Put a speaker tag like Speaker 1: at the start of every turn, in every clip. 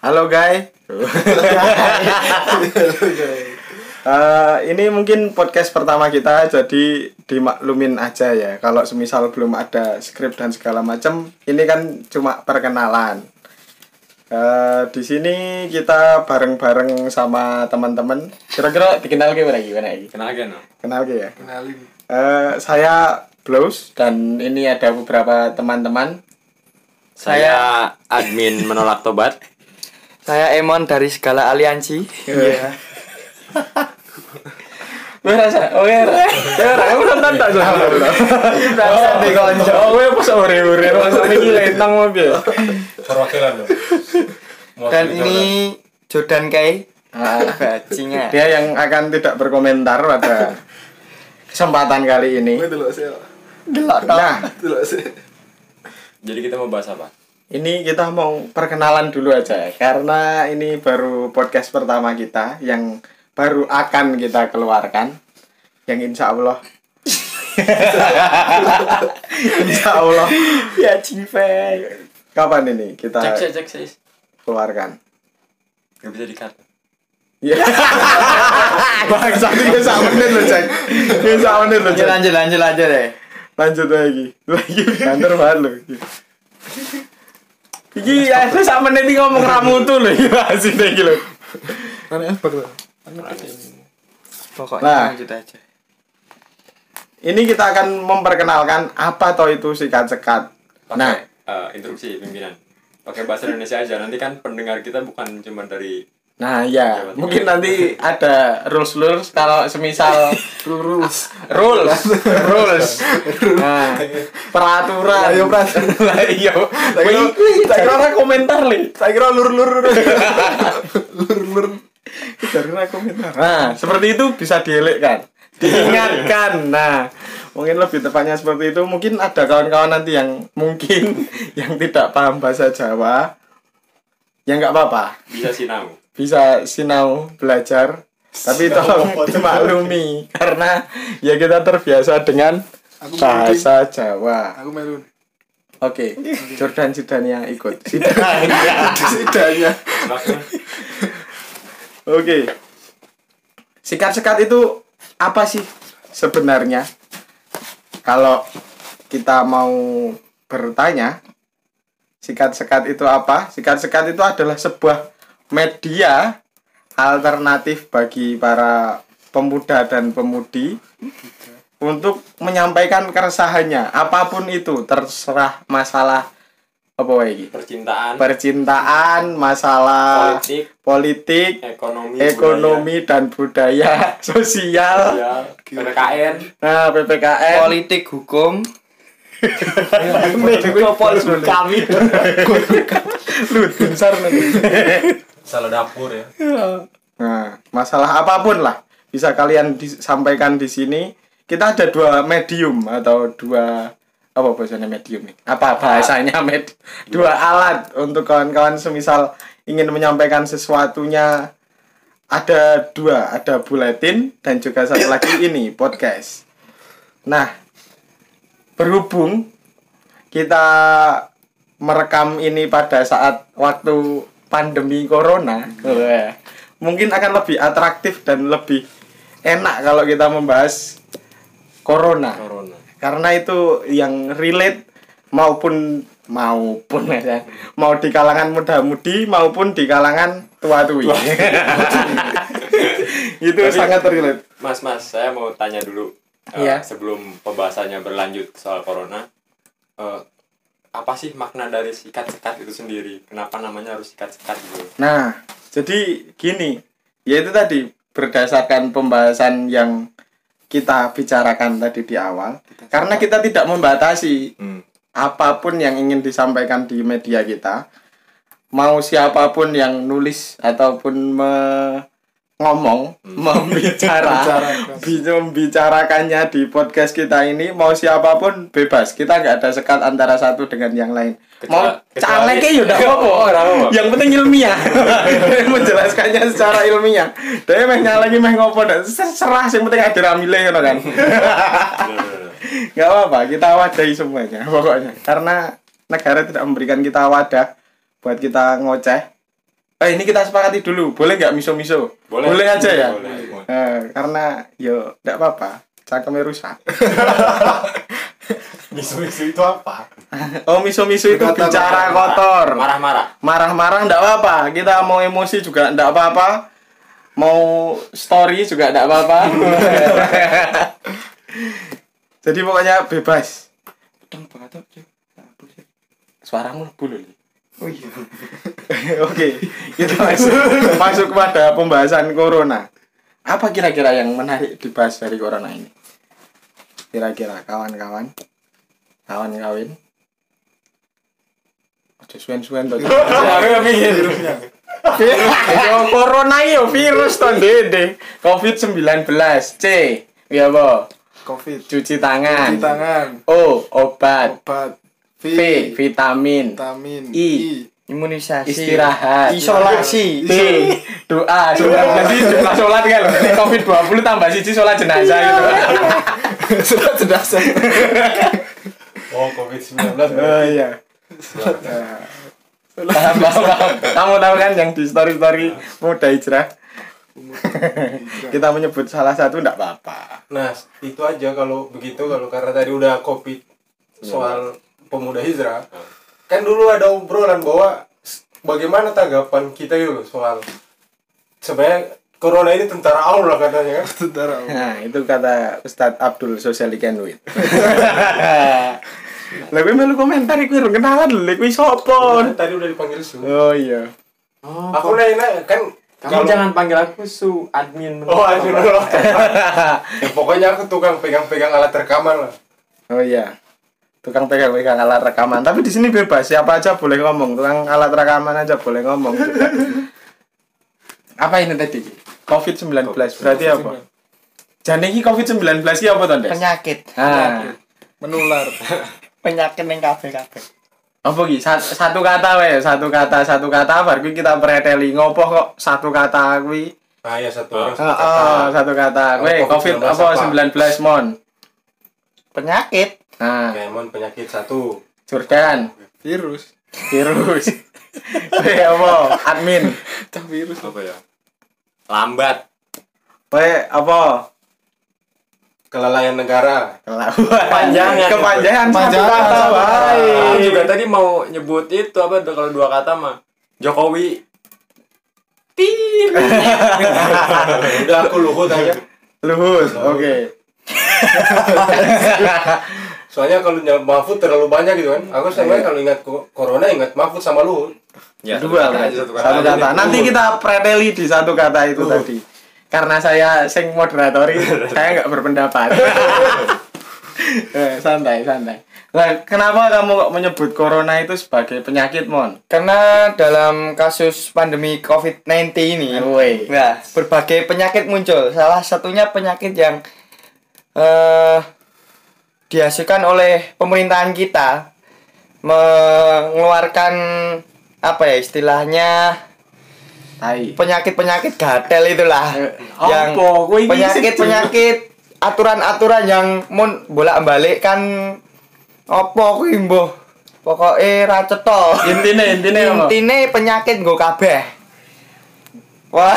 Speaker 1: Halo guys. Ini mungkin podcast pertama kita, jadi dimaklumin aja ya. Kalau semisal belum ada skrip dan segala macam, ini kan cuma perkenalan. Di sini kita bareng-bareng sama teman-teman. Kira-kira dikenal gimana lagi? Kenal ya.
Speaker 2: Kenalin.
Speaker 1: Saya Blows dan ini ada beberapa teman-teman.
Speaker 3: Saya admin menolak tobat.
Speaker 2: Saya Emon dari Segala Aliansi.
Speaker 1: Iya. Berasa, kamu nonton tak selama dulu. Berasa di konco. Gue pas ore-ore masa ini lentang mobil.
Speaker 4: Perwakilan loh.
Speaker 2: Dan ini Jordan Kay. Bajingan.
Speaker 1: Dia yang akan tidak berkomentar pada kesempatan kali ini. Nah,
Speaker 3: Jadi kita mau bahas apa?
Speaker 1: ini kita mau perkenalan dulu aja karena ini baru podcast pertama kita yang baru akan kita keluarkan, yang insya Allah
Speaker 2: Ya cife.
Speaker 1: kapan ini kita
Speaker 3: Cek.
Speaker 1: keluarkan.
Speaker 3: Gak bisa di-cut.
Speaker 1: Ya. Bangsa ini menit loh cek. Menit loh cek.
Speaker 2: Lanjut aja deh.
Speaker 1: Lanjut lagi banter banget loh. Iki aku sama menit ngomong ramu tuh loh. Asik deh gitu.
Speaker 2: Pokoknya
Speaker 1: Nah.
Speaker 2: lanjut aja.
Speaker 1: Ini kita akan memperkenalkan apa toh itu sikat-sekat. Nah,
Speaker 3: Interupsi pimpinan. Pakai bahasa Indonesia aja. Nanti kan pendengar kita bukan cuma dari
Speaker 1: nah ya, mungkin nanti ada rules kalau semisal rules. Nah, peraturan. Ayo peraturan. Ayo. Saya kira komentar nih. Saya kira lur. Karena komentar. Nah, seperti itu bisa dielekkan, diingatkan. Nah, mungkin lebih tepatnya seperti itu. Mungkin ada kawan-kawan nanti yang mungkin yang tidak paham bahasa Jawa. Ya nggak apa-apa. Bisa sinau belajar, tapi tolong dimaklumi karena ya kita terbiasa dengan bahasa Jawa.
Speaker 2: Aku melun.
Speaker 1: Oke, Jordan Sidania ikut. Sidania. Oke. Sikat-sekat itu apa sih sebenarnya? Kalau kita mau bertanya, sikat-sekat itu apa? Sikat-sekat itu adalah sebuah media alternatif bagi para pemuda dan pemudi untuk menyampaikan keresahannya, apapun itu, terserah masalah apa lagi? Percintaan, masalah politik, ekonomi dan budaya, sosial,
Speaker 3: PPKN.
Speaker 1: Nah, PPKN,
Speaker 2: Politik, hukum.
Speaker 1: kami. Lu besar nanti.
Speaker 4: Salah dapur ya.
Speaker 1: Nah, masalah apapun lah bisa kalian disampaikan di sini. Kita ada dua medium atau dua apa bahasanya medium nih? Apa bahasanya dua alat untuk kawan-kawan semisal ingin menyampaikan sesuatunya. Ada dua, ada buletin dan juga satu lagi ini podcast. Nah, berhubung kita merekam ini pada saat waktu pandemi corona, mungkin akan lebih atraktif dan lebih enak kalau kita membahas corona. Karena itu yang relate maupun ya, mau di kalangan muda-mudi maupun di kalangan tua-tui. Itu tapi, sangat relate.
Speaker 3: Mas, saya mau tanya dulu. Sebelum pembahasannya berlanjut soal corona, apa sih makna dari sikat-sekat itu sendiri? Kenapa namanya harus sikat-sekat gitu?
Speaker 1: Nah, jadi gini, yaitu tadi berdasarkan pembahasan yang kita bicarakan tadi di awal, karena kita tidak membatasi apapun yang ingin disampaikan di media kita, mau siapapun yang nulis ataupun membicarakannya di podcast kita ini, mau siapapun bebas, kita nggak ada sekat antara satu dengan yang lain. Mau calegnya ya udah apa-apa, yang penting ilmiah. Menjelaskannya secara ilmiah. Dia nyalegi ngopo dan serah, yang penting ada ramile kan. Nggak apa-apa, kita wadahi semuanya pokoknya, karena negara tidak memberikan kita wadah buat kita ngoceh. Ini kita sepakati dulu, boleh nggak miso-miso? Boleh aja ya.
Speaker 3: Boleh.
Speaker 1: Karena yo nggak apa-apa, cangkemnya rusak.
Speaker 4: Misu-misu itu apa?
Speaker 1: Oh, miso-miso itu
Speaker 2: Berkata
Speaker 1: bicara kotor.
Speaker 3: Marah-marah.
Speaker 1: Marah-marah nggak apa-apa. Kita mau emosi juga nggak apa-apa. Mau story juga nggak apa-apa. Jadi pokoknya bebas. Suaramu lebu.
Speaker 2: Oh iya.
Speaker 1: Oke, kita masuk kepada pembahasan corona. Apa kira-kira yang menarik dibahas dari corona ini? Kira-kira kawan-kawan, kawan-kawin. Ojo suwen-suwen to. Corona yo virus to, Dede. COVID-19. C. Ya apa?
Speaker 2: Covid.
Speaker 1: Cuci tangan.
Speaker 2: Cuci tangan.
Speaker 1: O. Obat.
Speaker 2: Obat.
Speaker 1: V. Vitamin.
Speaker 2: Vitamin.
Speaker 1: I.
Speaker 5: Imunisasi,
Speaker 1: Istirahat.
Speaker 5: isolasi,
Speaker 1: B. Doa. Berarti jumlah sholat kan. COVID-20 tambah siji sholat jenazah gitu.
Speaker 2: Sudah jenazah.
Speaker 4: Oh, COVID-19.
Speaker 1: Oh iya. Paham. Kamu tahu kan yang di story Muda Hijrah. Kita menyebut salah satu enggak apa-apa.
Speaker 4: Nah, itu aja kalau begitu, kalau karena tadi udah COVID soal pemuda hijrah. Kan dulu ada obrolan bahwa bagaimana tanggapan kita gitu soal sebenarnya corona ini tentara Allah katanya kan.
Speaker 2: Tentara.
Speaker 1: Nah, itu kata Ustadz Abdul Sosial Ikenwit. Lah kowe melu komentar iku urung kenalan lho, kowe sapa?
Speaker 4: Tadi udah dipanggil Su.
Speaker 1: Oh iya.
Speaker 4: Aku nanya kan
Speaker 3: Kamu jangan panggil aku Su, admin.
Speaker 4: Oh, aduh. Ya, pokoknya aku tukang pegang-pegang alat rekaman lah.
Speaker 1: Oh iya. Tukang pegang-pegang alat rekaman. Tapi di sini bebas, siapa aja boleh ngomong. Tukang alat rekaman aja boleh ngomong juga. Apa ini tadi? COVID-19. Berarti apa? Jane iki COVID-19 iki apa to, Des?
Speaker 5: penyakit,
Speaker 2: Menular.
Speaker 5: penyakit yang kabeh-kabeh.
Speaker 1: Apa ki? Satu kata wae, satu kata bar kuwi kita preteli. Ngopo kok satu kata kuwi?
Speaker 4: Ah ya satu orang.
Speaker 1: Satu kata. Kowe COVID apa 19 mon?
Speaker 5: Penyakit,
Speaker 1: Nah,
Speaker 4: Kemon penyakit satu.
Speaker 1: Jordan,
Speaker 2: Virus.
Speaker 1: virus. Kowe apa? Admin.
Speaker 2: Cah virus.
Speaker 3: Apa ya? Lambat.
Speaker 1: Kowe apa?
Speaker 4: Kelalaian negara.
Speaker 3: Kepanjangan.
Speaker 1: Kepanjangan satu kata wae.
Speaker 3: Aku juga tadi mau nyebut itu apa kalau dua kata mah. Jokowi.
Speaker 4: Udah aku Luhut aja.
Speaker 1: Luhut. Oke.
Speaker 4: Soalnya kalau Mahfud terlalu banyak gitu kan. Aku sebenarnya kalau ingat corona ingat Mahfud sama Luhut.
Speaker 3: Ya,
Speaker 1: Dua
Speaker 3: satu
Speaker 1: kan?
Speaker 3: aja,
Speaker 1: Satu kata. Nanti kita preteli di satu kata itu tadi. Karena saya sing moderatori, saya nggak berpendapat. Santai. Nah, kenapa kamu kok menyebut corona itu sebagai penyakit, Mon?
Speaker 5: karena dalam kasus pandemi COVID-19 ini,
Speaker 1: Woi.
Speaker 5: nah, berbagai penyakit muncul. Salah satunya penyakit yang dihasilkan oleh pemerintahan kita, mengeluarkan apa ya istilahnya,
Speaker 1: Tai.
Speaker 5: penyakit gatel itulah, yang
Speaker 1: Apa? Kowe iki
Speaker 5: penyakit aturan-aturan yang mun bolak-balik kan apa kuwi mbuh pokoke ra cetha.
Speaker 1: Intine apa?
Speaker 5: Intine penyakit nggo kabeh. Wah.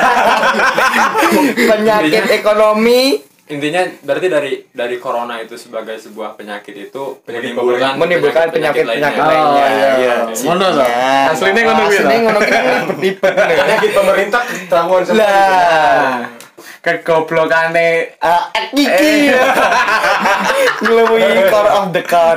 Speaker 5: Penyakit ekonomi
Speaker 3: Intinya berarti dari corona itu sebagai sebuah penyakit itu
Speaker 5: menimbulkan penyakit-penyakit lainnya.
Speaker 1: Iya. Ngono to. Asline ngono kuwi.
Speaker 5: Asline ngono ki ribet-ribet.
Speaker 4: Penyakit pemerintah ketahuan sama.
Speaker 5: Lah,
Speaker 1: Kegoblokane
Speaker 5: iki. Ngeluwi core of the car.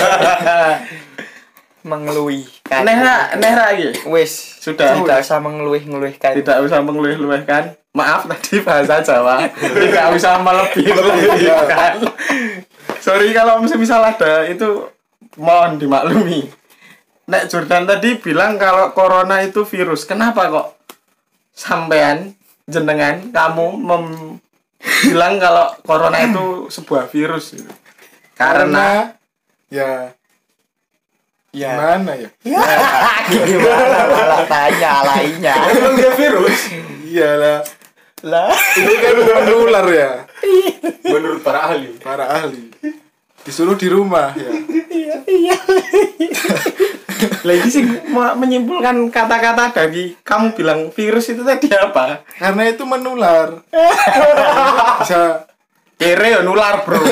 Speaker 5: Mengeluih.
Speaker 1: Neh ra iki.
Speaker 5: Wis,
Speaker 1: Sudah.
Speaker 5: tidak usah mengeluih-ngeluihkan.
Speaker 1: Tidak usah mengeluh-luhkan. Maaf tadi bahasa Jawa. Tidak usah melebih-lebihkan. Sorry kalau misal ada itu mohon dimaklumi. Nek Jordan tadi bilang kalau corona itu virus. Kenapa kok sampean jenengan kamu bilang kalau corona itu sebuah virus gitu? Karena
Speaker 2: ya gimana ya?
Speaker 5: Gimana malah tanya lainnya.
Speaker 2: Emang dia virus? Iyalah.
Speaker 5: Lah,
Speaker 2: Ini kan menular ya.
Speaker 4: Menurut para ahli.
Speaker 2: Para ahli disuruh di rumah ya.
Speaker 1: Lagi sih menyimpulkan kata-kata dari kamu bilang virus itu tadi apa?
Speaker 2: Karena itu menular. Bisa
Speaker 1: Kere ya nular, Bro.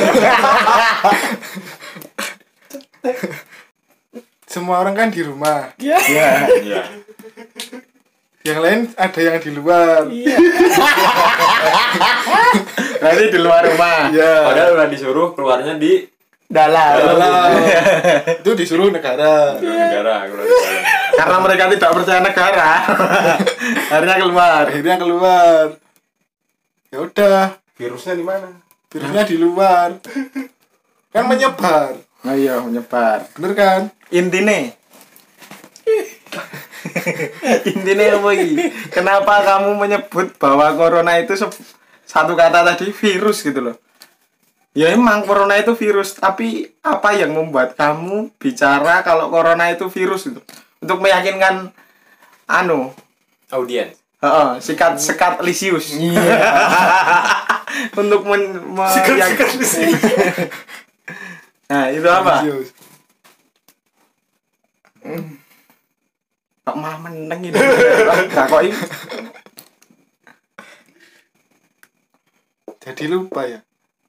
Speaker 2: semua orang kan di rumah.
Speaker 1: Iya.
Speaker 3: Iya.
Speaker 2: Yang lain ada yang di luar.
Speaker 1: Berarti di luar rumah.
Speaker 2: Iya.
Speaker 3: Padahal udah disuruh keluarnya di
Speaker 1: Dalam.
Speaker 2: Itu disuruh negara.
Speaker 3: negara, keluar di dalam.
Speaker 1: Karena mereka tidak percaya negara. Akhirnya keluar.
Speaker 2: Akhirnya keluar. Ya udah,
Speaker 4: Virusnya di mana?
Speaker 2: virusnya di luar. Kan menyebar.
Speaker 1: Oh iya, menyebar.
Speaker 2: Bener kan?
Speaker 1: Intine apa ini? Kenapa kamu menyebut bahwa corona itu satu kata tadi virus gitu loh? Ya emang corona itu virus, tapi apa yang membuat kamu bicara kalau corona itu virus itu? Untuk meyakinkan
Speaker 3: Audiens.
Speaker 1: sekat lisius. Untuk
Speaker 2: Sikat lisius.
Speaker 1: Nah, itu apa?
Speaker 2: Serius.
Speaker 1: Kok mah meneng ini. Gak kok ini.
Speaker 2: Jadi lupa ya.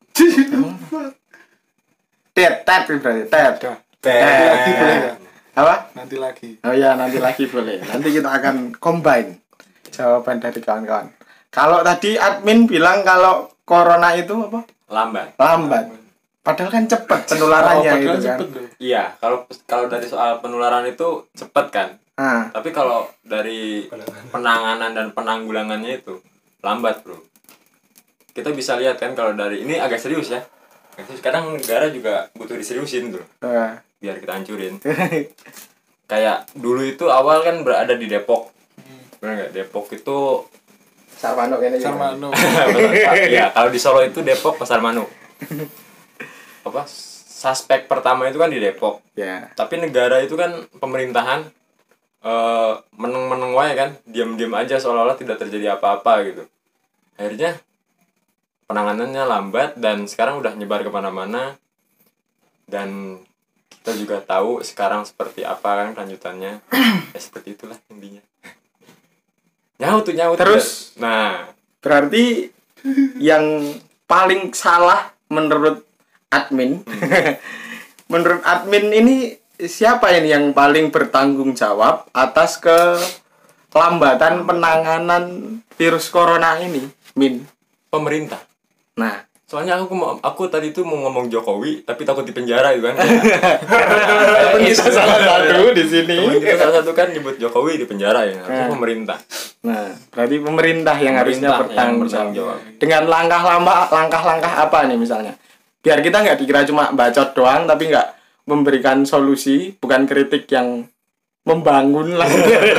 Speaker 1: Tet berarti tet.
Speaker 2: Nanti lagi boleh ya?
Speaker 1: Apa?
Speaker 2: Nanti lagi.
Speaker 1: Oh ya, nanti lagi boleh. Nanti kita akan combine jawaban dari kawan-kawan. Kalau tadi admin bilang kalau corona itu apa? Lambat. Padahal kan cepat penularannya
Speaker 2: Padahal
Speaker 1: gitu kan.
Speaker 2: cepet loh.
Speaker 3: Iya, kalau dari soal penularan itu cepet kan.
Speaker 1: Nah,
Speaker 3: Tapi kalau dari penanganan dan penanggulangannya itu lambat, Bro. Kita bisa lihat kan kalau dari ini agak serius ya. Kadang negara juga butuh diseriusin, Bro. Biar kita hancurin. Kayak dulu itu awal kan berada di Depok. Benar nggak? Depok itu
Speaker 1: Sarmano ini.
Speaker 2: Sarmano.
Speaker 3: ya, kalau di Solo itu Depok Pasar Manu. Apa? Suspek pertama itu kan di Depok.
Speaker 1: Ya.
Speaker 3: Tapi negara itu kan pemerintahan meneng-meneng wae kan, diam-diam aja seolah-olah tidak terjadi apa-apa gitu. Akhirnya penanganannya lambat dan sekarang udah nyebar kemana-mana, dan kita juga tahu sekarang seperti apa kan kelanjutannya. Ya seperti itulah intinya. Nyaut
Speaker 1: Terus?
Speaker 3: Nah,
Speaker 1: Berarti yang paling salah menurut admin. Menurut admin ini siapa ini yang paling bertanggung jawab atas kelambatan penanganan virus corona ini, Min?
Speaker 3: pemerintah.
Speaker 1: Nah,
Speaker 3: Soalnya aku tadi tuh mau ngomong Jokowi tapi takut di penjara gitu kan.
Speaker 1: temen kita salah satu di sini.
Speaker 3: Temen kita salah satu kan nyebut Jokowi di penjara ya, harusnya pemerintah.
Speaker 1: Nah, berarti pemerintah yang harusnya
Speaker 3: Pemerintah yang
Speaker 1: bertanggung jawab.
Speaker 3: bertanggung jawab.
Speaker 1: Dengan langkah-langkah apa nih misalnya? Biar kita nggak dikira cuma bacot doang, tapi nggak memberikan solusi, bukan kritik yang membangun lah.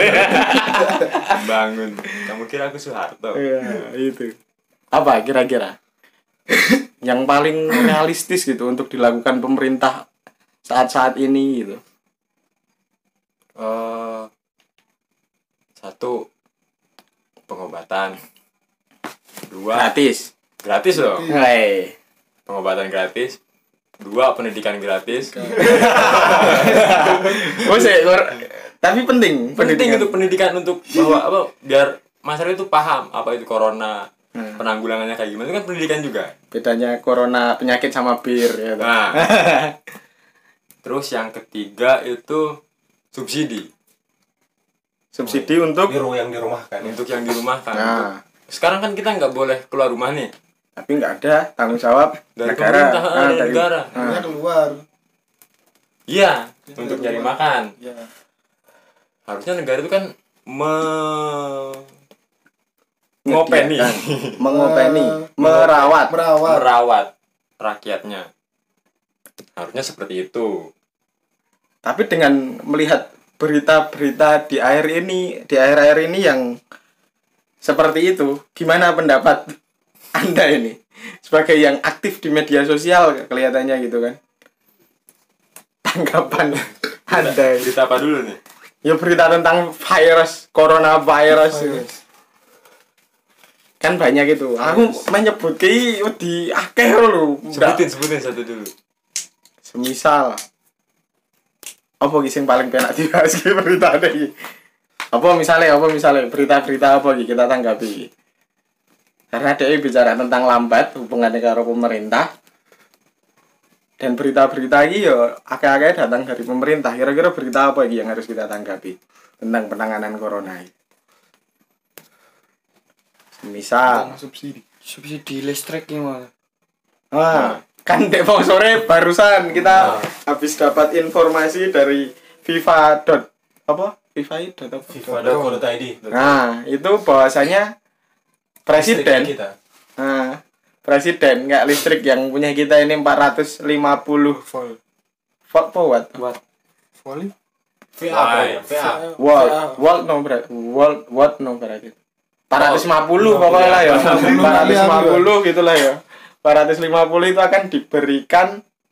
Speaker 3: Bangun. Kamu kira aku Soeharto?
Speaker 1: Iya, itu. Apa kira-kira yang paling realistis gitu untuk dilakukan pemerintah saat-saat ini gitu?
Speaker 3: Satu, pengobatan. Dua,
Speaker 1: Gratis.
Speaker 3: gratis loh.
Speaker 1: Hei.
Speaker 3: Pengobatan gratis. Dua, pendidikan gratis.
Speaker 1: Oh, tapi penting
Speaker 3: Penting untuk pendidikan, untuk bahwa apa, biar masyarakat itu paham apa itu corona, penanggulangannya kayak gimana. Itu kan pendidikan juga.
Speaker 1: Bedanya corona penyakit sama bir ya.
Speaker 3: Nah. Terus yang ketiga itu subsidi.
Speaker 1: Subsidi untuk
Speaker 4: Yang dirumahkan.
Speaker 3: Untuk yang di rumah kan.
Speaker 1: Nah.
Speaker 3: Sekarang kan kita nggak boleh keluar rumah nih.
Speaker 1: tapi nggak ada tanggung jawab
Speaker 3: Dari
Speaker 1: negara.
Speaker 3: pemerintah, dari
Speaker 1: dari-
Speaker 3: negara.
Speaker 2: Akhirnya keluar.
Speaker 3: Iya, untuk nyari makan.
Speaker 2: Ya.
Speaker 3: Harusnya negara itu kan ngopeni,
Speaker 1: mengopeni, merawat.
Speaker 3: merawat rakyatnya. Harusnya seperti itu.
Speaker 1: Tapi dengan melihat berita-berita di akhir-akhir ini yang seperti itu, gimana pendapat Anda ini sebagai yang aktif di media sosial kelihatannya gitu kan? Tanggapan Anda ini.
Speaker 3: Berita apa dulu nih?
Speaker 1: Ya berita tentang coronavirus itu. Kan banyak itu. Aku menyebut ki di akeh lho.
Speaker 3: Sebutin satu dulu.
Speaker 1: Semisal apa sing paling penak dibahas ki berita iki? Apa misalnya berita-berita apa iki kita tanggapi. Karena dia bicara tentang lambat hubungannya karo pemerintah. Dan berita-berita ini ya akeh-akeh datang dari pemerintah. Kira-kira berita apa iki yang harus kita tanggapi tentang penanganan corona ini? Misal
Speaker 5: subsidi listrik ini malah.
Speaker 1: Kan dek sore barusan kita habis dapat informasi dari
Speaker 4: FIFA.co.id.
Speaker 1: Nah, itu bahwasanya presiden
Speaker 4: kita.
Speaker 1: Presiden nggak listrik yang punya kita ini 450
Speaker 2: Vol.
Speaker 1: volt per watt.
Speaker 2: Voli.
Speaker 4: VA.
Speaker 1: Watt no berarti. 450 pokoknya lah ya. 450 gitulah ya. 450 itu akan diberikan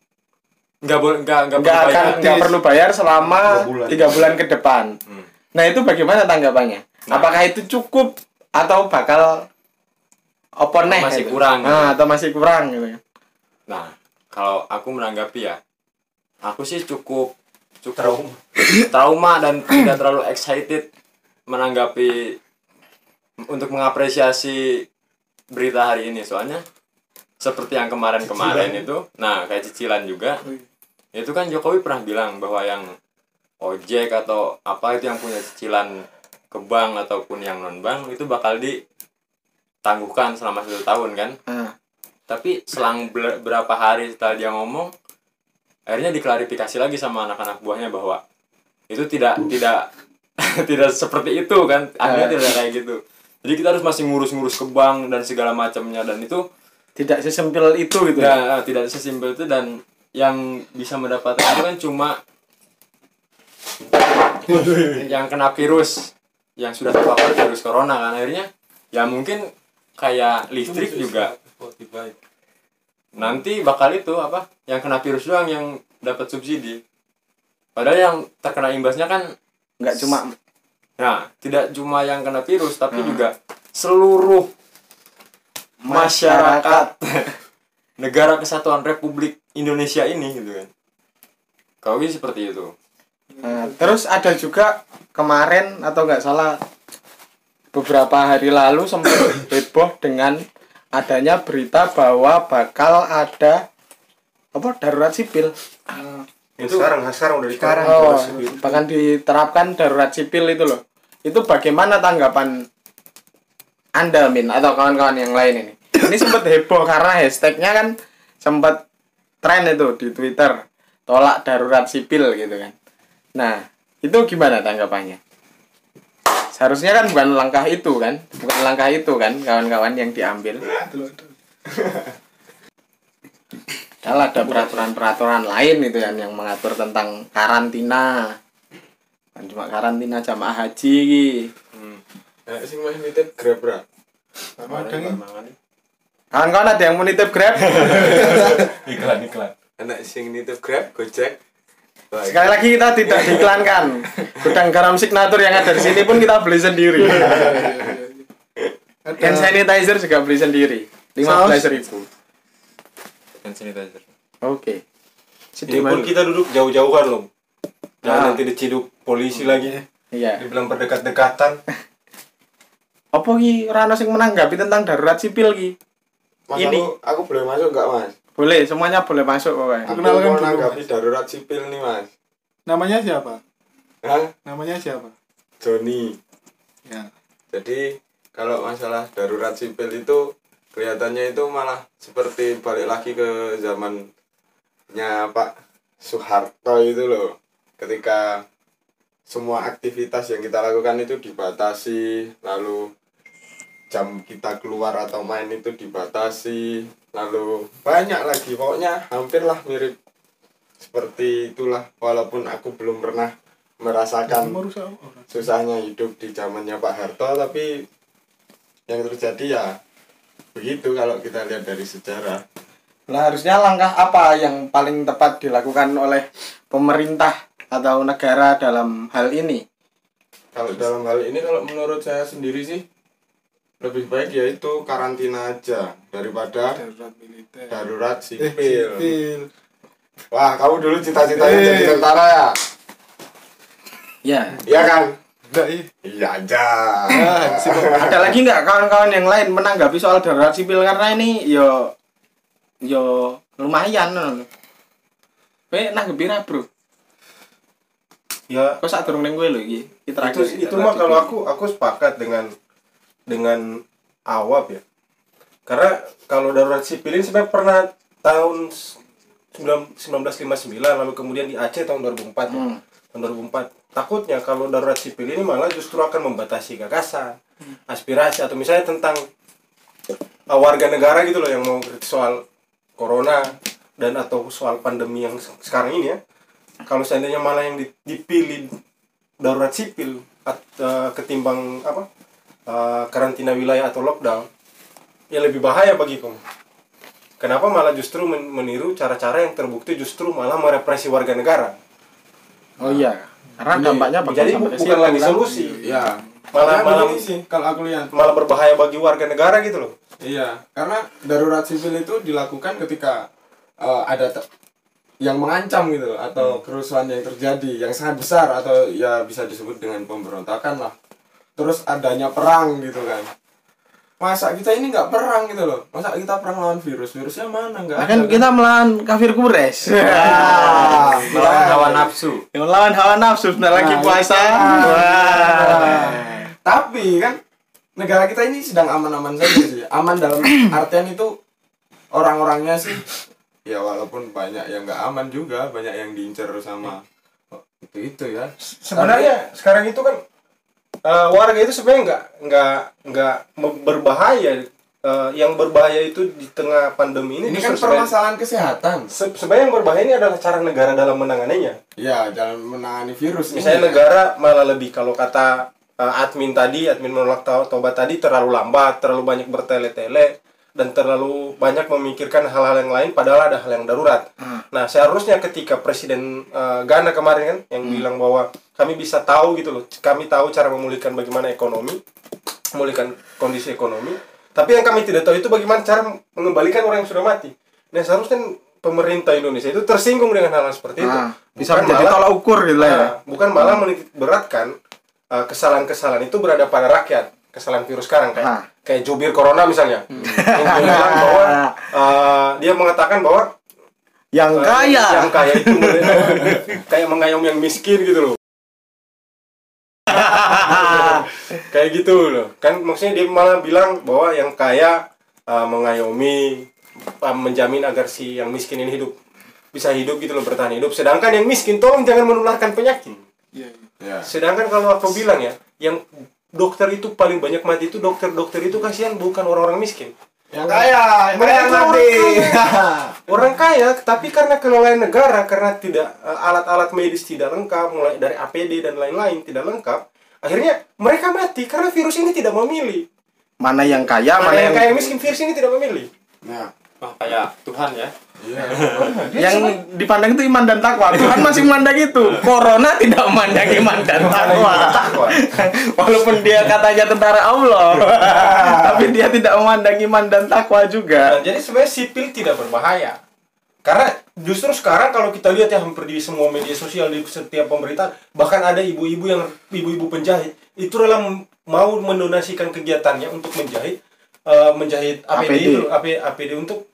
Speaker 1: nggak perlu bayar selama 3 bulan ke depan. Nah, itu bagaimana tanggapannya? Apakah itu cukup atau bakal
Speaker 3: masih
Speaker 1: gitu?
Speaker 3: kurang
Speaker 1: atau masih kurang gitu ya.
Speaker 3: Nah, kalau aku menanggapi ya, aku sih cukup trauma dan tidak terlalu excited menanggapi untuk mengapresiasi berita hari ini. Soalnya seperti yang kemarin itu, nah kayak cicilan juga, itu kan Jokowi pernah bilang bahwa yang ojek atau apa itu yang punya cicilan ke bank ataupun yang non bank itu bakal ditangguhkan selama 1 tahun kan. Tapi selang berapa hari setelah dia ngomong, akhirnya diklarifikasi lagi sama anak-anak buahnya bahwa itu tidak tidak seperti itu kan. Akhirnya tidak kayak gitu. Jadi kita harus masih ngurus ke bank dan segala macamnya, dan itu
Speaker 1: tidak sesimpel itu gitu
Speaker 3: ya. Tidak sesimpel itu, dan yang bisa mendapatkan itu kan cuma yang kena virus, yang sudah terpapar virus corona kan. Akhirnya ya mungkin kayak listrik juga nanti bakal itu apa, yang kena virus doang yang dapat subsidi, padahal yang terkena imbasnya kan
Speaker 1: nggak cuma
Speaker 3: tidak cuma yang kena virus tapi juga seluruh masyarakat negara kesatuan Republik Indonesia ini gitu kan. Kalau seperti itu.
Speaker 1: Terus ada juga kemarin atau nggak salah beberapa hari lalu sempat heboh dengan adanya berita bahwa bakal ada darurat sipil.
Speaker 4: Itu sekarang udah diterapkan.
Speaker 1: Bahkan diterapkan darurat sipil itu loh. Itu bagaimana tanggapan Anda, Min, atau kawan-kawan yang lain ini? Ini sempat heboh karena hashtagnya kan sempat tren itu di Twitter, tolak darurat sipil gitu kan. Nah, itu gimana tanggapannya? Seharusnya kan bukan langkah itu kan kawan-kawan yang diambil. Kalau ada peraturan lain itu yang mengatur tentang karantina. Kan cuma karantina jamaah haji.
Speaker 4: Sing masih nitip Grab ra.
Speaker 1: Kawan-kawan ada yang mau nitip Grab?
Speaker 4: Iklan. Anak sing nitip Grab, Gojek.
Speaker 1: Sekali lagi kita tidak diiklankan. Gudang garam signatur yang ada di sini pun kita beli sendiri. Hand sanitizer juga beli sendiri. 15.000.
Speaker 3: Hand sanitizer.
Speaker 1: Oke.
Speaker 4: Ini pun kita duduk jauh-jauhan loh. Jangan nanti diciduk polisi lagi.
Speaker 1: Iya.
Speaker 4: Dibilang berdekat-dekatan.
Speaker 1: Apa ki ora ono sing menanggapi tentang darurat sipil ki?
Speaker 6: Mas,
Speaker 1: Ini
Speaker 6: aku boleh masuk nggak, Mas?
Speaker 1: boleh, semuanya boleh masuk pokoknya.
Speaker 6: Aku
Speaker 2: Kenalkan
Speaker 6: mau
Speaker 2: dulu,
Speaker 6: menanggapi
Speaker 2: Mas.
Speaker 6: darurat sipil nih, Mas.
Speaker 2: Namanya siapa?
Speaker 6: Hah?
Speaker 2: Namanya siapa?
Speaker 6: Joni.
Speaker 2: Ya.
Speaker 6: Jadi kalau masalah darurat sipil itu kelihatannya itu malah seperti balik lagi ke zamannya Pak Soeharto itu loh. Ketika semua aktivitas yang kita lakukan itu dibatasi, lalu jam kita keluar atau main itu dibatasi, lalu banyak lagi, pokoknya hampirlah mirip seperti itulah, walaupun aku belum pernah merasakan susahnya hidup di zamannya Pak Harto, tapi yang terjadi ya begitu kalau kita lihat dari sejarah.
Speaker 1: Nah, harusnya langkah apa yang paling tepat dilakukan oleh pemerintah atau negara dalam hal ini?
Speaker 6: Kalau dalam hal ini, kalau menurut saya sendiri sih lebih baik yaitu karantina aja daripada
Speaker 2: Darurat militer.
Speaker 6: darurat sipil.
Speaker 2: Sipil.
Speaker 6: Wah, kamu dulu cita-citanya jadi tentara ya?
Speaker 1: Ya.
Speaker 6: Iya kan?
Speaker 2: Enggak, iya.
Speaker 6: Iya aja.
Speaker 1: Ada lagi nggak kawan-kawan yang lain menanggapi soal darurat sipil karena ini yo lumayan loh. Kowe nanggepi ra, Bro?
Speaker 4: Ya
Speaker 1: Kok sak durung ning kowe lho iki.
Speaker 4: itu mah kalau aku sepakat dengan Awab ya. Karena kalau darurat sipil ini sebenarnya pernah tahun 1959 lalu kemudian di Aceh tahun 2004 ya. Tahun 2004. Takutnya kalau darurat sipil ini malah justru akan membatasi gagasan, aspirasi atau misalnya tentang warga negara gitu loh yang mau kritis soal corona dan atau soal pandemi yang sekarang ini ya. Kalau seandainya malah yang dipilih darurat sipil ketimbang karantina wilayah atau lockdown, ya lebih bahaya bagiku. Kenapa malah justru meniru cara-cara yang terbukti justru malah merepresi warga negara?
Speaker 1: Oh iya, karena dampaknya bakal
Speaker 4: jadi
Speaker 1: sampai ke
Speaker 4: bukan
Speaker 1: situ,
Speaker 4: lagi
Speaker 1: kan?
Speaker 4: solusi.
Speaker 6: Iya.
Speaker 4: Malah
Speaker 6: Begini sih kalau aku lihat.
Speaker 4: malah berbahaya bagi warga negara gitu loh.
Speaker 6: Iya, karena darurat sipil itu dilakukan ketika ada yang mengancam gitu loh, atau kerusuhan yang terjadi yang sangat besar atau ya bisa disebut dengan pemberontakan lah. Terus adanya perang gitu kan. Masa kita ini nggak perang gitu loh? Masa kita perang lawan virus? Virusnya mana? Nggak
Speaker 1: Nah,
Speaker 6: ada.
Speaker 1: kan kita melawan kafir Quraisy.
Speaker 3: Melawan hawa nafsu.
Speaker 1: Melawan hawa nafsu sebentar lagi
Speaker 6: Nah,
Speaker 1: puasa.
Speaker 6: itu.
Speaker 1: Wah.
Speaker 6: Tapi kan negara kita ini sedang aman-aman saja sih. Aman dalam artian itu orang-orangnya sih ya walaupun banyak yang nggak aman juga, banyak yang diincar sama itu ya.
Speaker 4: Sebenarnya sekarang itu kan warga itu sebenarnya nggak berbahaya. Yang berbahaya itu di tengah pandemi ini
Speaker 6: Ini kan
Speaker 4: justru
Speaker 6: permasalahan kesehatan.
Speaker 4: sebenarnya yang berbahaya ini adalah cara negara dalam menanganinya.
Speaker 6: Ya, jalan menangani virus
Speaker 4: Misalnya
Speaker 6: ini.
Speaker 4: negara malah lebih, kalau kata admin menolak tobat tadi, terlalu lambat, terlalu banyak bertele-tele, dan terlalu banyak memikirkan hal-hal yang lain padahal ada hal yang darurat. Nah, seharusnya ketika Presiden Ghana kemarin kan yang bilang bahwa kami bisa tahu gitu loh, kami tahu cara memulihkan bagaimana ekonomi, memulihkan kondisi ekonomi, tapi yang kami tidak tahu itu bagaimana cara mengembalikan orang yang sudah mati. Nah, seharusnya pemerintah Indonesia itu tersinggung dengan hal-hal seperti itu.
Speaker 1: Bisa menjadi tolak ukur gitu lah.
Speaker 4: Bukan malah menitik beratkan kesalahan-kesalahan itu berada pada rakyat. Kesalahan virus sekarang kayak jubir corona misalnya. Yang dia bilang bahwa dia mengatakan bahwa
Speaker 1: yang kaya
Speaker 4: itu kayak mengayomi yang miskin gitu loh. Kayak gitu loh. Kan maksudnya dia malah bilang bahwa yang kaya mengayomi, menjamin agar si yang miskin ini bisa hidup gitu loh, bertahan hidup. Sedangkan yang miskin tolong jangan menularkan penyakit.
Speaker 6: Ya.
Speaker 4: Sedangkan kalau aku bilang ya, yang dokter itu paling banyak mati itu dokter itu kasihan bukan orang-orang miskin.
Speaker 6: Yang kaya,
Speaker 4: Mereka itu
Speaker 6: mati.
Speaker 4: Orang kaya, tapi karena kelalaian negara, karena tidak alat-alat medis tidak lengkap, mulai dari APD dan lain-lain tidak lengkap, akhirnya mereka mati karena virus ini tidak memilih.
Speaker 1: mana yang kaya,
Speaker 4: Mana yang kaya miskin, virus ini tidak memilih.
Speaker 6: Nah,
Speaker 3: Wah, kayak Tuhan ya.
Speaker 6: iya.
Speaker 1: yang dipandang itu iman dan takwa. Tuhan masih memandang itu. Corona tidak memandang iman dan takwa. Walaupun dia katanya tentara Allah, tapi dia tidak memandang iman dan takwa juga.
Speaker 4: Nah, jadi sebenarnya sipil tidak berbahaya. Karena justru sekarang kalau kita lihat ya hampir di semua media sosial, di setiap pemberitaan, bahkan ada ibu-ibu penjahit itu rela mau mendonasikan kegiatannya untuk menjahit APD itu, APD untuk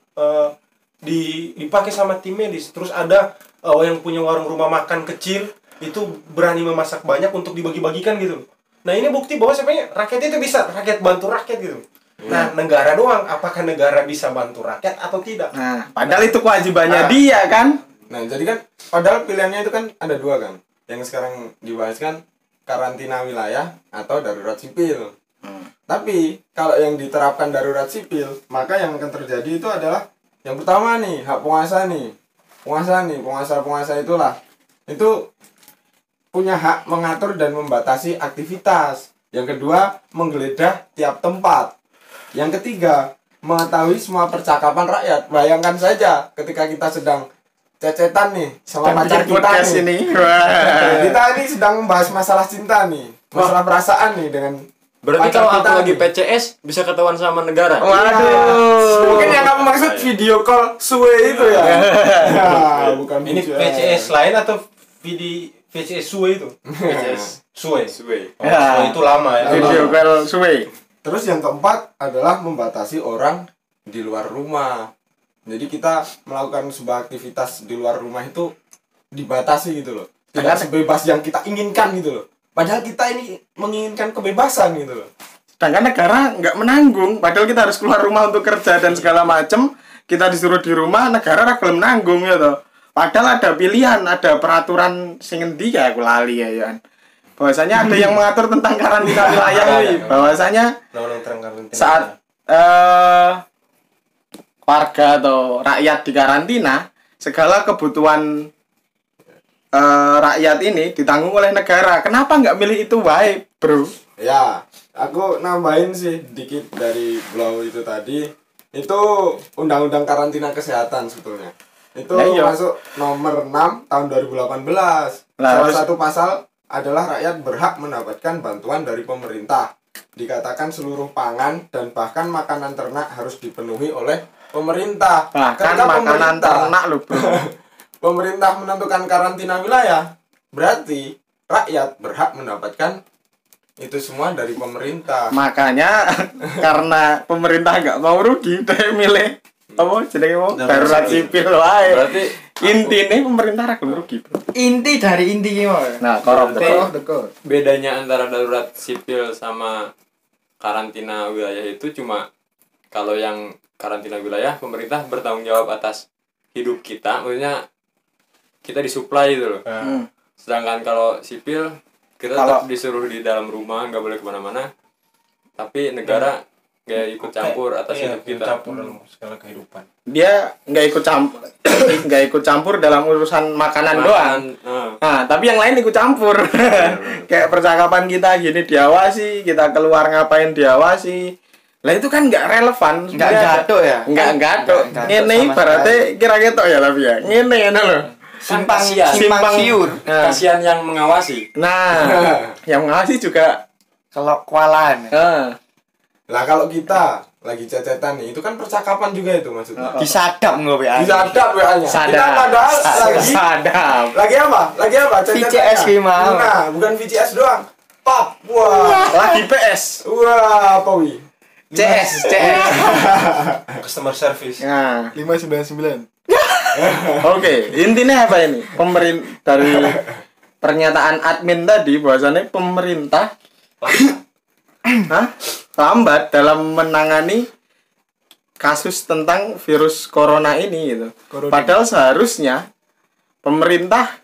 Speaker 4: dipakai sama tim medis. Terus ada yang punya warung rumah makan kecil itu berani memasak banyak untuk dibagi-bagikan gitu. Nah, ini bukti bahwa sebenarnya rakyat itu bisa, rakyat bantu rakyat gitu. Nah, negara doang, apakah negara bisa bantu rakyat atau tidak?
Speaker 1: Nah, padahal itu kewajibannya dia kan.
Speaker 6: Nah, jadi kan padahal pilihannya itu kan ada dua kan. Yang sekarang dibahas kan karantina wilayah atau darurat sipil. Tapi kalau yang diterapkan darurat sipil, maka yang akan terjadi itu adalah yang pertama nih, hak penguasa nih. Penguasa itulah. Itu punya hak mengatur dan membatasi aktivitas. Yang kedua, menggeledah tiap tempat. Yang ketiga, mengetahui semua percakapan rakyat. Bayangkan saja ketika kita sedang cecetan nih sama pacar kita nih. Kita ini sedang membahas masalah cinta nih, masalah perasaan nih dengan
Speaker 3: Berarti
Speaker 6: pacar
Speaker 3: kalau aku
Speaker 6: kita
Speaker 3: lagi
Speaker 6: nih.
Speaker 3: PCS bisa ketahuan sama negara.
Speaker 1: Waduh.
Speaker 6: Mungkin yang kamu maksud video call suwe itu ya. Ya, bukan
Speaker 4: Ini
Speaker 6: video.
Speaker 4: PCS lain atau VCS Suwe itu.
Speaker 3: VCS
Speaker 4: Suwe.
Speaker 3: Suwe.
Speaker 4: Oh,
Speaker 1: Ya.
Speaker 4: Suwe itu lama ya.
Speaker 1: Video call suwe.
Speaker 6: Terus yang keempat adalah membatasi orang di luar rumah. Jadi kita melakukan sebuah aktivitas di luar rumah itu dibatasi gitu loh. Tidak sebebas yang kita inginkan gitu loh. Padahal kita ini menginginkan kebebasan gitu loh.
Speaker 1: Sedangkan negara nggak menanggung, padahal kita harus keluar rumah untuk kerja dan segala macem. Kita disuruh di rumah, negara ra gelem nanggung ya toh. Padahal ada pilihan, ada peraturan sing endi kayak aku lali ya kan. Bahwasanya ada yang mengatur tentang karantina wilayah ini. Bahwasanya saat warga atau rakyat di karantina, segala kebutuhan rakyat ini ditanggung oleh negara. Kenapa nggak milih itu wae, bro?
Speaker 6: Ya, aku nambahin sih dikit dari Blow itu tadi. Itu undang-undang karantina kesehatan sebetulnya. Itu masuk nomor 6 tahun 2018. Salah satu pasal adalah rakyat berhak mendapatkan bantuan dari pemerintah. Dikatakan seluruh pangan dan bahkan makanan ternak harus dipenuhi oleh pemerintah.
Speaker 1: Bahkan makanan ternak loh, bro.
Speaker 6: Pemerintah menentukan karantina wilayah, berarti rakyat berhak mendapatkan itu semua dari pemerintah.
Speaker 1: Makanya karena pemerintah nggak mau rugi, dia milih apa jenenge mau darurat sipil wae.
Speaker 3: Berarti
Speaker 1: Intinya pemerintah ra gelem rugi, bro.
Speaker 5: Inti dari inti gimana?
Speaker 1: Nah, korup
Speaker 3: Berarti-
Speaker 1: betul.
Speaker 3: bedanya antara darurat sipil sama karantina wilayah itu cuma kalau yang karantina wilayah pemerintah bertanggung jawab atas hidup kita, maksudnya kita disuplai gitu loh. Sedangkan kalau sipil kita tetap disuruh di dalam rumah, nggak boleh kemana-mana, tapi negara nggak ikut campur atas hidup kita.
Speaker 4: Campur dalam segala kehidupan.
Speaker 1: Dia nggak ikut campur dalam urusan makanan doang. Nah, tapi yang lain ikut campur. Kayak percakapan kita gini diawasi, kita keluar ngapain diawasi. Lah itu kan nggak relevan.
Speaker 5: Nggak gaduh ya?
Speaker 1: Nggak gaduh.
Speaker 5: Nggak
Speaker 1: Ngene
Speaker 5: sama
Speaker 1: ibaratnya kira ketok ya tapi ya. Ngene ya loh.
Speaker 3: Kan kasihan,
Speaker 1: Simpang
Speaker 5: siur.
Speaker 1: Nah,
Speaker 3: kasihan yang mengawasi.
Speaker 1: yang mengawasi juga.
Speaker 5: Kalau kewalahan.
Speaker 6: Lah kalau kita lagi cecetan nih, itu kan percakapan juga itu maksudnya.
Speaker 5: Disadap nggak WA?
Speaker 6: Disadap WA-nya. Kita
Speaker 1: Sadap.
Speaker 6: padahal lagi
Speaker 1: Sadap.
Speaker 6: lagi apa? Lagi apa? Cecetannya.
Speaker 5: VCS gimana?
Speaker 6: Nah, bukan VCS doang. Pop. Wah.
Speaker 1: Lagi PS.
Speaker 6: Wah, apa wi?
Speaker 1: CS.
Speaker 4: Customer service.
Speaker 1: Nah,
Speaker 2: 599.
Speaker 1: oke, intinya apa ini? Dari pernyataan admin tadi bahwasannya pemerintah lambat dalam menangani kasus tentang virus corona ini gitu. Padahal seharusnya pemerintah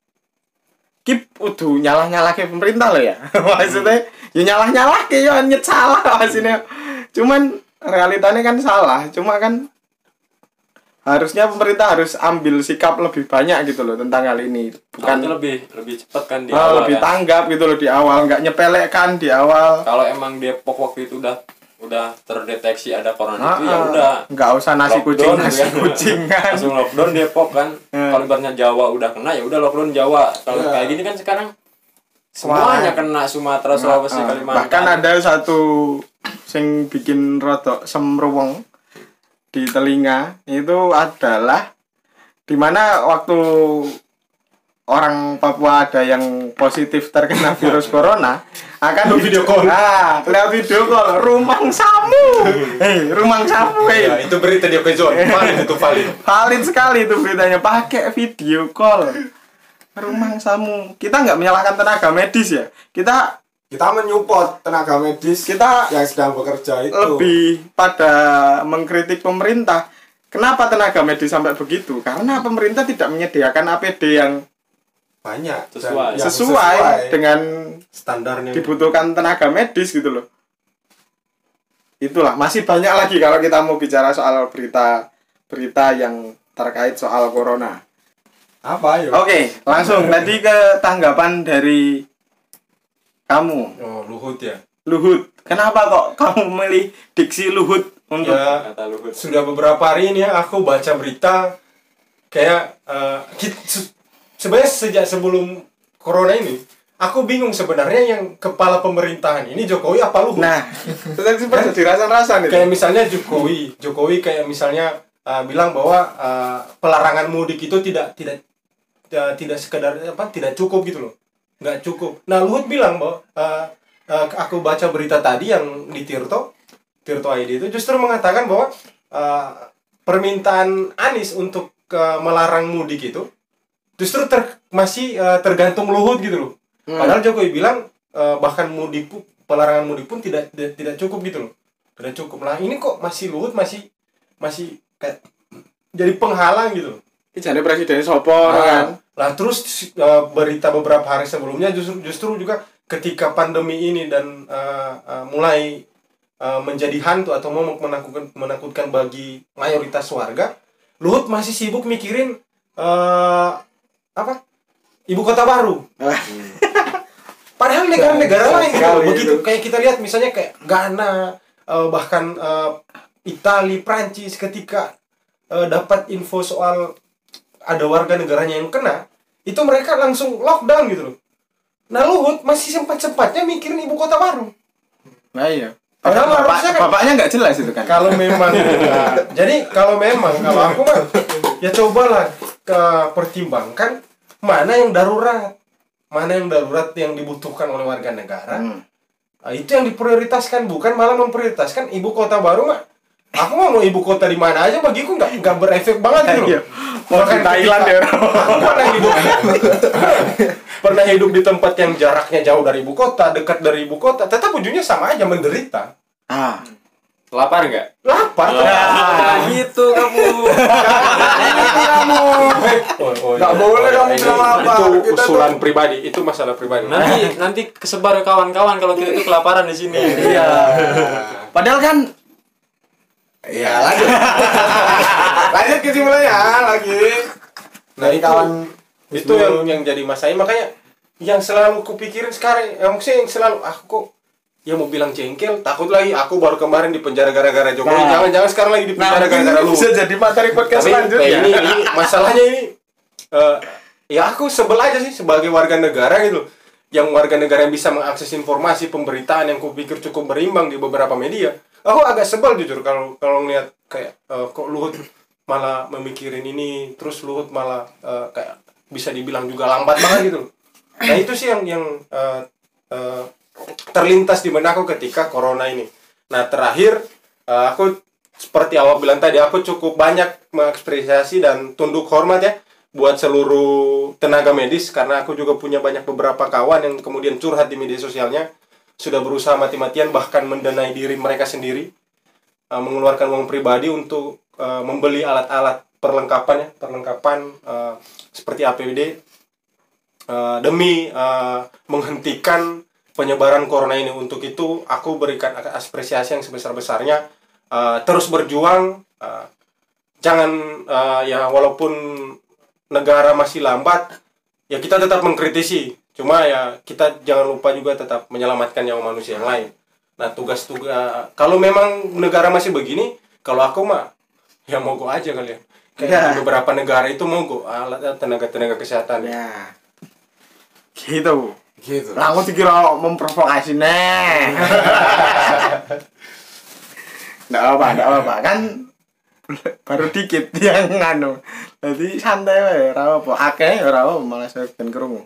Speaker 1: udah nyalah-nyalahke pemerintah loh ya. Maksudnya ya nyalah-nyalahke ya nyet salah maksudnya. Cuman realitanya kan salah. Cuma kan harusnya pemerintah harus ambil sikap lebih banyak gitu loh tentang hal ini. Bukan
Speaker 3: Itu lebih cepat kan di awal.
Speaker 1: lebih
Speaker 3: kan?
Speaker 1: tanggap gitu loh di awal, nggak nyepelekan di awal.
Speaker 3: Kalau emang Depok waktu itu udah terdeteksi ada corona itu ya udah
Speaker 1: nggak usah nasi kucing
Speaker 3: lockdown,
Speaker 1: nasi
Speaker 3: kan.
Speaker 1: kucing kan.
Speaker 3: Langsung lockdown Depok kan. Kalau ibaratnya Jawa udah kena ya udah lockdown Jawa. Kalau kayak gini kan sekarang semuanya kena Sumatera, Sulawesi, Kalimantan.
Speaker 1: Bahkan ada satu sing bikin rodok semruweng di telinga itu adalah dimana waktu orang Papua ada yang positif terkena virus corona akan
Speaker 4: Video call.
Speaker 1: lewat video call rumang samu rumang samu
Speaker 4: Ya, itu berita di Okezon. Valid itu valid.
Speaker 1: valid sekali itu beritanya pakai video call rumang samu. Kita nggak menyalahkan tenaga medis ya, kita
Speaker 6: menyupport tenaga medis
Speaker 1: Kita
Speaker 6: yang sedang bekerja itu.
Speaker 1: lebih pada mengkritik pemerintah. Kenapa tenaga medis sampai begitu? Karena pemerintah tidak menyediakan APD yang
Speaker 6: banyak
Speaker 3: Sesuai.
Speaker 6: dan yang
Speaker 1: sesuai dengan
Speaker 4: Standarnya.
Speaker 1: dibutuhkan tenaga medis gitu loh. Itulah, masih banyak lagi kalau kita mau bicara soal berita yang terkait soal corona.
Speaker 6: Apa ya?
Speaker 1: Oke, langsung tadi ke tanggapan dari kamu,
Speaker 4: Oh, Luhut ya.
Speaker 1: Luhut. Kenapa kok kamu memilih diksi Luhut untuk
Speaker 4: Ya,
Speaker 3: Kata Luhut.
Speaker 4: sudah beberapa hari ini ya aku baca berita kayak sebenarnya sejak sebelum corona ini aku bingung sebenarnya yang kepala pemerintahan ini Jokowi apa Luhut.
Speaker 1: Nah, itu tadi seperti dirasa-rasa nih.
Speaker 4: Kayak misalnya Jokowi kayak misalnya bilang bahwa pelarangan mudik itu tidak tidak sekedar tidak cukup gitu loh, nggak cukup. Nah Luhut bilang bahwa aku baca berita tadi yang di Tirto ID itu justru mengatakan bahwa permintaan Anies untuk melarang mudik itu justru masih tergantung Luhut gitu loh. Padahal Jokowi bilang bahkan pelarangan mudik pun tidak cukup gitu loh, tidak cukup. Nah ini kok masih Luhut masih kayak jadi penghalang gitu loh.
Speaker 1: Jadi presiden sopo kan.
Speaker 4: Lah terus berita beberapa hari sebelumnya justru juga ketika pandemi ini dan mulai menjadi hantu atau mau menakutkan bagi mayoritas warga, Luhut masih sibuk mikirin ibu kota baru. Padahal negara-negara lain gitu, begitu kayak kita lihat misalnya kayak Ghana, bahkan Italia, Prancis ketika dapat info soal ada warga negaranya yang kena, itu mereka langsung lockdown gitu loh. Nah Luhut masih sempat-sempatnya mikirin ibu kota baru.
Speaker 1: Nah iya.
Speaker 4: Padahal
Speaker 1: Bapaknya nggak jelas itu kan.
Speaker 4: Kalau memang jadi kalau aku mah ya cobalah pertimbangkan mana yang darurat yang dibutuhkan oleh warga negara. Itu yang diprioritaskan, bukan malah memprioritaskan ibu kota baru mah. Aku mau ibu kota di mana aja bagiku nggak berefek banget gitu.
Speaker 1: Mau di Thailand ya.
Speaker 4: Aku pernah hidup di tempat yang jaraknya jauh dari ibu kota, dekat dari ibu kota, tetap ujungnya sama aja menderita.
Speaker 3: Lapar nggak?
Speaker 4: Lapar.
Speaker 3: Gitu kamu.
Speaker 6: Nggak boleh kamu bilang lapar.
Speaker 4: Itu usulan pribadi, itu masalah pribadi.
Speaker 3: Nanti kesebar kawan-kawan kalau kita itu kelaparan di sini.
Speaker 1: Iya. Padahal kan
Speaker 6: Iya, lanjut. Lanjut kesimpulannya lagi.
Speaker 4: Nah, itu yang jadi masalah. Makanya yang selalu kupikirin sekarang, yang selalu aku ya mau bilang jengkel, takut lagi aku baru kemarin di penjara gara-gara Jokowi. Jangan sekarang lagi di penjara gara-gara lu.
Speaker 1: Bisa jadi materi podcast selanjutnya.
Speaker 4: Ini masalahnya ini ya aku sebel aja sih sebagai warga negara gitu. Yang warga negara yang bisa mengakses informasi pemberitaan yang kupikir cukup berimbang di beberapa media. Aku agak sebel jujur kalau ngeliat kayak kok Luhut malah memikirin ini, terus Luhut malah kayak bisa dibilang juga lambat banget gitu. Nah itu sih yang terlintas di benakku ketika corona ini. Nah terakhir aku seperti awal bilang tadi, aku cukup banyak mengapresiasi dan tunduk hormat ya buat seluruh tenaga medis, karena aku juga punya banyak beberapa kawan yang kemudian curhat di media sosialnya, sudah berusaha mati-matian bahkan mendanai diri mereka sendiri, mengeluarkan uang pribadi untuk membeli alat-alat perlengkapan seperti APD demi menghentikan penyebaran corona ini. Untuk itu aku berikan apresiasi yang sebesar-besarnya. Terus berjuang, jangan ya walaupun negara masih lambat ya kita tetap mengkritisi, cuma ya kita jangan lupa juga tetap menyelamatkan nyawa manusia yang lain. Nah tugas-tugas kalau memang negara masih begini, kalau aku mah ya mogok aja kalian. Kayak di beberapa negara itu mogok tenaga kesehatan
Speaker 1: ya. Gitu. Lah aku dikira memprovokasi nih. Nggak apa kan baru dikit yang nganu. Jadi santai wae, ora apa. Akeh ora apa malah ben krungu.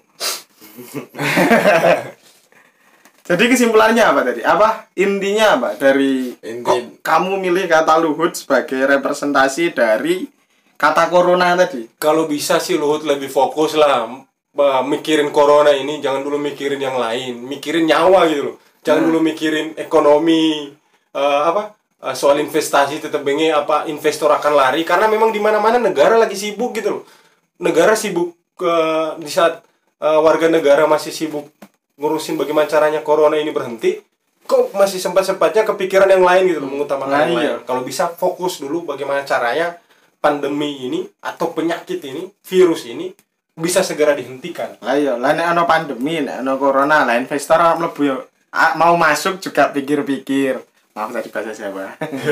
Speaker 1: Jadi kesimpulannya apa tadi? Intinya apa dari kok kamu milih kata Luhut sebagai representasi dari kata corona tadi?
Speaker 4: Kalau bisa sih Luhut lebih fokus lah mikirin corona ini, jangan dulu mikirin yang lain, mikirin nyawa gitu loh. Jangan dulu mikirin ekonomi, soal investasi tetap investor akan lari, karena memang di mana-mana negara lagi sibuk gitu loh. Negara sibuk di saat warga negara masih sibuk ngurusin bagaimana caranya corona ini berhenti, kok masih sempat-sempatnya kepikiran yang lain gitu loh, mengutamakan yang lain. Kalau bisa fokus dulu bagaimana caranya pandemi ini atau penyakit ini, virus ini bisa segera dihentikan.
Speaker 1: Lah iya, lah nek ana pandemi, nek ana corona, lah investor mlebu yo mau masuk juga pikir-pikir. Maaf tadi bahasa Jawa.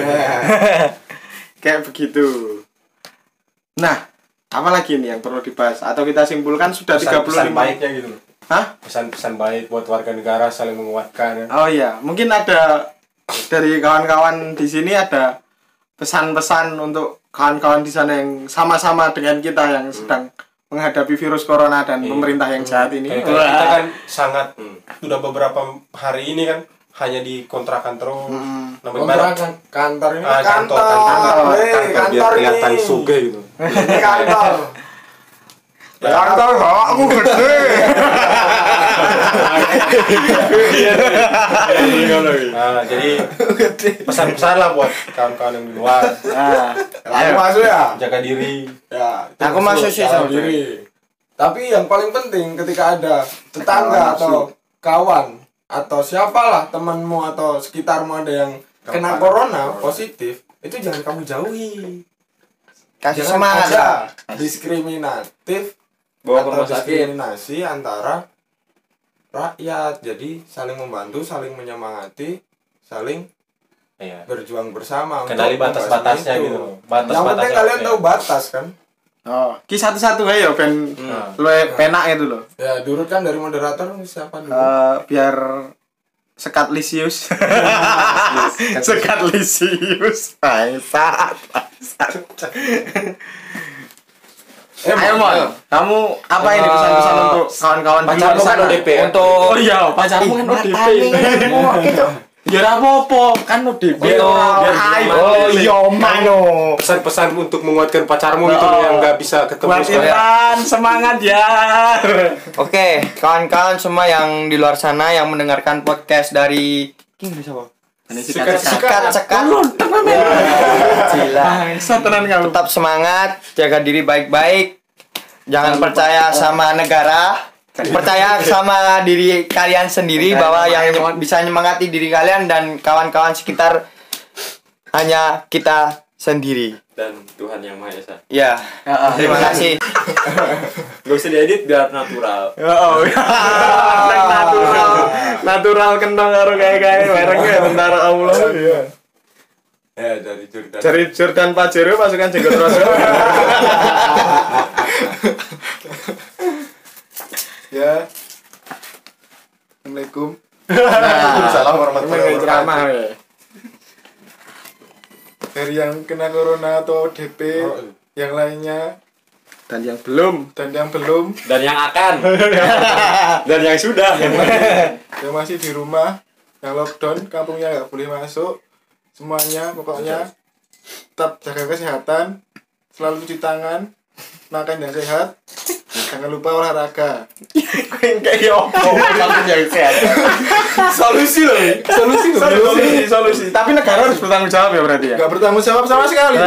Speaker 1: Kayak begitu. Nah, apa lagi nih yang perlu dibahas atau kita simpulkan sudah 35
Speaker 4: pesan baiknya gitu loh.
Speaker 1: Hah?
Speaker 4: Pesan-pesan baik buat warga negara saling menguatkan.
Speaker 1: Oh iya, mungkin ada dari kawan-kawan di sini ada pesan-pesan untuk kawan-kawan di sana yang sama-sama dengan kita yang sedang menghadapi virus corona dan pemerintah yang jahat ini.
Speaker 4: Kayak kita kan sangat sudah beberapa hari ini kan hanya di kontrakan terus.
Speaker 6: Kontrakan kantor ini
Speaker 4: Kantor
Speaker 6: kantor
Speaker 4: biar kelihatan
Speaker 6: nih.
Speaker 4: suge gitu.
Speaker 6: Ini kantor.
Speaker 1: Kantor kok aku gede.
Speaker 4: Nah, jadi pesan-pesan lah buat kawan-kawan yang di luar,
Speaker 6: Aku masuk ya.
Speaker 4: jaga diri.
Speaker 6: Ya.
Speaker 5: Aku masuk sih
Speaker 6: jaga
Speaker 5: sama
Speaker 6: diri. Tapi yang paling penting ketika ada tetangga atau kawan atau siapalah temanmu atau sekitarmu ada yang kena corona positif, itu jangan kamu jauhi.
Speaker 5: Kasih
Speaker 6: Jangan
Speaker 5: semangat
Speaker 6: ada
Speaker 5: lah.
Speaker 6: diskriminatif
Speaker 3: Bawa ke
Speaker 6: atau
Speaker 3: rumah sakit.
Speaker 6: diskriminasi antara rakyat. Jadi saling membantu, saling menyemangati, saling
Speaker 4: Iya.
Speaker 6: berjuang bersama. untuk
Speaker 4: Kendali batas-batasnya
Speaker 6: membahas itu.
Speaker 4: gitu. Batas-batasnya
Speaker 6: Yang penting kalian
Speaker 4: oke.
Speaker 6: tahu batas kan.
Speaker 1: Oh, ki satu-satu aja ben lu penak itu loh.
Speaker 6: Ya, Durut kan dari moderator siapa dulu?
Speaker 1: Biar sekat lisius. Sekat lisius. Bangsat. Ayo Mon, kamu apa ini pesan-pesan untuk kawan-kawan di luar
Speaker 4: Pacarmu kan
Speaker 1: sana?
Speaker 4: ODP ya?
Speaker 1: Oh iya, pacarmu kan ODP. Ya ora apa-apa, kan ODP. Oh iya, mano.
Speaker 4: Pesan-pesan untuk menguatkan pacarmu gitu yang nggak bisa ketemu
Speaker 1: Buat
Speaker 4: sama
Speaker 1: Intan, semangat ya.
Speaker 5: Oke, kawan-kawan semua yang di luar sana yang mendengarkan podcast dari sekat. Gila.
Speaker 1: Tenan kamu.
Speaker 5: Tetap semangat, jaga diri baik-baik. Jangan percaya sama negara, percaya sama diri kalian sendiri bahwa yang bisa menyemangati diri kalian dan kawan-kawan sekitar hanya kita sendiri.
Speaker 3: Dan Tuhan yang Maha Esa.
Speaker 5: Ya, terima kasih.
Speaker 3: Gak usah diedit biar natural.
Speaker 1: Oh, natural kentang karo kayak merengnya bentar Allah.
Speaker 6: Ya, dari Jordan.
Speaker 1: Dari Jordan Pajero pasukan jenggot Rasul.
Speaker 2: Ya. Assalamualaikum.
Speaker 6: Waalaikumsalam warahmatullahi
Speaker 1: Ceramah
Speaker 6: wabarakatuh.
Speaker 1: we.
Speaker 2: Dari yang kena corona atau ODP,
Speaker 6: Oh.
Speaker 2: yang lainnya
Speaker 1: Dan yang belum.
Speaker 2: dan yang belum,
Speaker 3: Dan yang akan. Dan yang sudah.
Speaker 2: yang masih di rumah, yang lockdown, kampungnya nggak boleh masuk, semuanya pokoknya tetap jaga kesehatan, selalu cuci tangan, makan yang sehat, jangan lupa olahraga.
Speaker 1: Kayak opo maksud yang sehat.
Speaker 2: Solusi loh,
Speaker 1: Solusi. Tapi negara harus bertanggung jawab ya berarti ya.
Speaker 2: nggak bertanggung jawab sama sekali.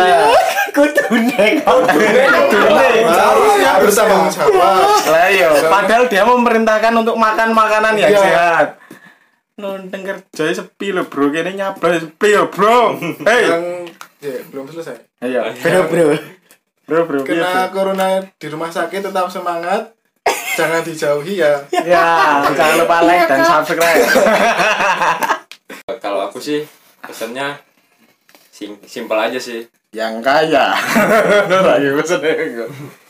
Speaker 2: Harusnya bertanggung jawab.
Speaker 1: Lah iya, padahal dia memerintahkan untuk makan makanan yang
Speaker 2: Iya.
Speaker 1: sehat. Nonton kerja sepi loh bro, kene nyablon sepi yo bro. Hey.
Speaker 2: Yang belum selesai.
Speaker 1: Ayo. Bro.
Speaker 2: Kena corona di rumah sakit tetap semangat, jangan dijauhi ya.
Speaker 1: Ya, jangan lupa like dan subscribe.
Speaker 3: Kalau aku sih pesannya simpel aja sih.
Speaker 1: Yang kaya. Lagi pesannya.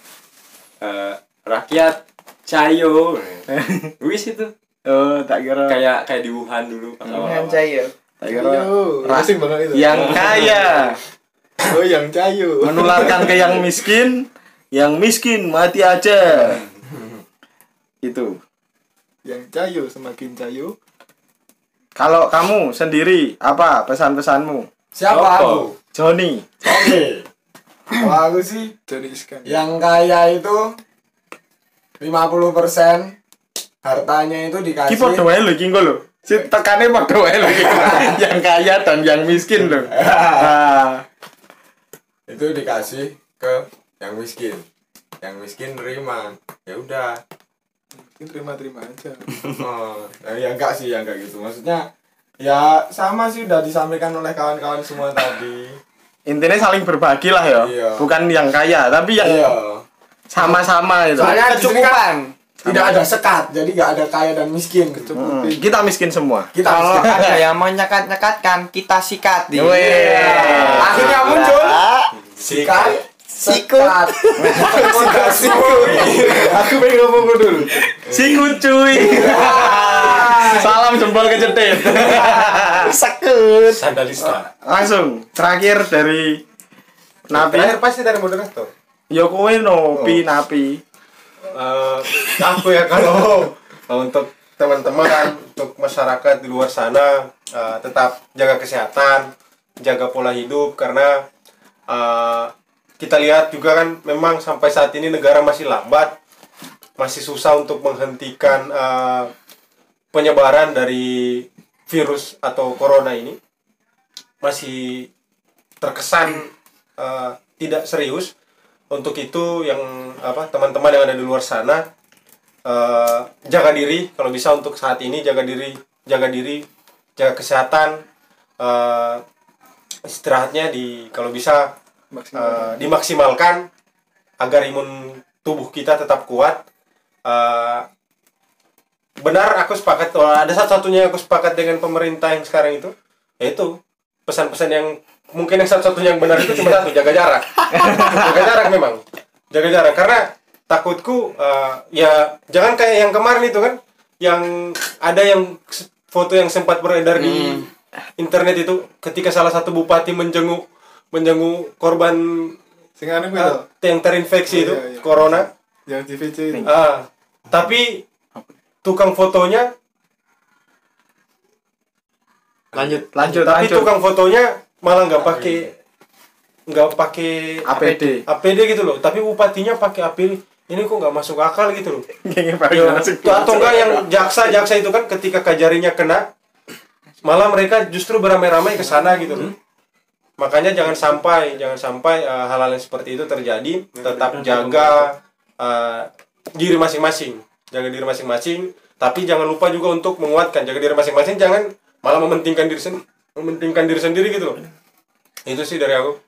Speaker 3: Rakyat cayo. Wis itu.
Speaker 1: Oh, tak kira.
Speaker 3: Kayak di Wuhan dulu pas awal-awal.
Speaker 5: Cayo.
Speaker 1: Tak kira.
Speaker 2: Asing banget itu.
Speaker 1: Yang kaya
Speaker 2: Oh, yang cayu.
Speaker 1: menularkan ke yang miskin mati aja. Itu.
Speaker 2: Yang cayu semakin cayu.
Speaker 1: Kalau kamu sendiri apa pesan-pesanmu?
Speaker 6: Siapa
Speaker 3: Apa?
Speaker 6: aku?
Speaker 1: Joni.
Speaker 6: Oke. Kalau aku sih
Speaker 2: Jadi iskan.
Speaker 6: yang kaya itu 50% hartanya itu
Speaker 1: Ki
Speaker 6: dikasih.
Speaker 1: padha wae lho iki engko lho. Si tekane padha wae lho iki. Yang kaya dan yang miskin lho. Nah,
Speaker 6: Itu dikasih ke yang miskin. Yang miskin nerima. Ya udah.
Speaker 2: Mungkin terima-terima aja.
Speaker 6: Oh, ya enggak sih, ya enggak gitu. Maksudnya ya sama sih udah disampaikan oleh kawan-kawan semua tadi.
Speaker 1: intinya saling berbagi lah ya.
Speaker 6: Iya.
Speaker 1: Bukan yang kaya, tapi yang
Speaker 6: Iya.
Speaker 1: sama-sama itu.
Speaker 6: Soalnya di sini kan
Speaker 5: Kecukupan.
Speaker 6: tidak ada sekat, jadi nggak ada kaya dan miskin.
Speaker 1: Kita miskin semua.
Speaker 6: Kita
Speaker 5: Kalau
Speaker 6: miskin.
Speaker 5: ada yang mau nyekat-nyekatkan, kita sikat.
Speaker 1: Weh.
Speaker 6: Akhirnya muncul sikat, sekat.
Speaker 2: Aku pengen ngomong dulu.
Speaker 1: Sikut cuy. Salam jempol kecetit. Sekut.
Speaker 4: Sandalista.
Speaker 1: Langsung terakhir dari Nabi.
Speaker 6: Terakhir pasti dari moderator.
Speaker 1: Ya kowe no, Napi.
Speaker 4: Apa ya kalau untuk teman-teman, untuk masyarakat di luar sana, tetap jaga kesehatan, jaga pola hidup, karena kita lihat juga kan memang sampai saat ini negara masih lambat, masih susah untuk menghentikan penyebaran dari virus atau corona ini, masih terkesan tidak serius. Untuk itu yang teman-teman yang ada di luar sana, jaga diri kalau bisa untuk saat ini, jaga diri, jaga kesehatan, istirahatnya kalau bisa dimaksimalkan agar imun tubuh kita tetap kuat. Benar, aku sepakat. Ada satu-satunya yang aku sepakat dengan pemerintah yang sekarang itu, yaitu pesan-pesan yang mungkin yang satu-satunya yang benar itu cuma satu, jaga jarak. Jaga jarak memang. Jaga jarak, karena takutku ya jangan kayak yang kemarin itu kan, yang ada yang foto yang sempat beredar di internet itu ketika salah satu bupati menjenguk korban
Speaker 2: Sing anu kuwi to.
Speaker 4: yang terinfeksi itu
Speaker 2: Iya.
Speaker 4: corona.
Speaker 2: Yang di VC itu.
Speaker 4: Tapi tukang fotonya
Speaker 1: Lanjut.
Speaker 4: tapi tukang fotonya malah nggak pakai APD gitu loh, tapi bupatinya pakai APD. Ini kok nggak masuk akal gitu loh. Atau enggak yang jaksa itu kan ketika Kajarinya kena, malah mereka justru beramai-ramai ke sana gitu loh. Makanya jangan sampai hal-hal yang seperti itu terjadi. Tetap jaga diri masing-masing, tapi jangan lupa juga untuk menguatkan, jaga diri masing-masing, jangan malah mementingkan diri sendiri gitu loh. Itu sih dari aku.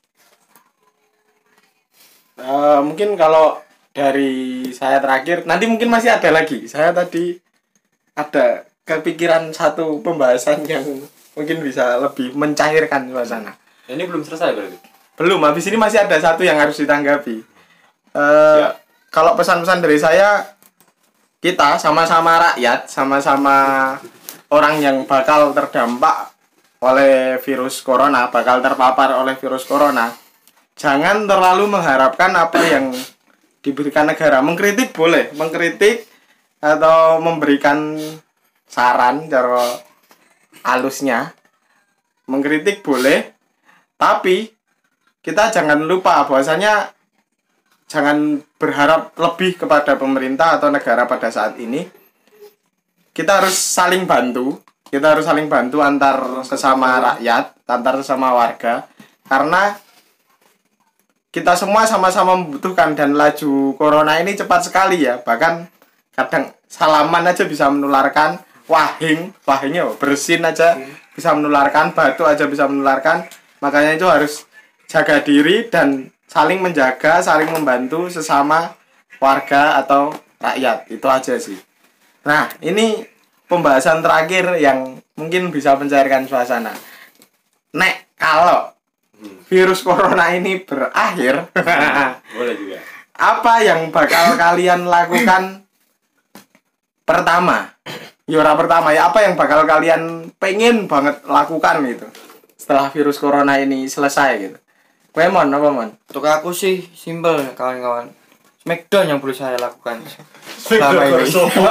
Speaker 1: Mungkin kalau dari saya terakhir, nanti mungkin masih ada lagi. Saya tadi ada kepikiran satu pembahasan yang mungkin bisa lebih mencairkan suasana.
Speaker 3: Ini belum selesai berarti?
Speaker 1: Belum, habis ini masih ada satu yang harus ditanggapi. Kalau pesan-pesan dari saya, kita sama-sama rakyat, sama-sama orang yang bakal terdampak oleh virus corona, bakal terpapar oleh virus corona, jangan terlalu mengharapkan apa yang diberikan negara. Mengkritik boleh, mengkritik atau memberikan saran cara halusnya, mengkritik boleh, tapi kita jangan lupa bahwasanya jangan berharap lebih kepada pemerintah atau negara pada saat ini. Kita harus saling bantu. Kita harus saling bantu antar sesama rakyat, antar sesama warga, karena kita semua sama-sama membutuhkan, dan laju corona ini cepat sekali ya. Bahkan kadang salaman aja bisa menularkan, wahingnya bersin aja bisa menularkan, batuk aja bisa menularkan. Makanya itu harus jaga diri dan saling menjaga, saling membantu sesama warga atau rakyat. Itu aja sih. Nah, ini pembahasan terakhir yang mungkin bisa mencairkan suasana. Nek kalau virus corona ini berakhir,
Speaker 3: Boleh juga.
Speaker 1: apa yang bakal kalian lakukan pertama? Pertama ya, apa yang bakal kalian pengen banget lakukan gitu setelah virus corona ini selesai gitu? Kowe Mon, apa Mon?
Speaker 5: Untuk aku sih simple kawan-kawan. Smackdown yang perlu saya lakukan selama ini.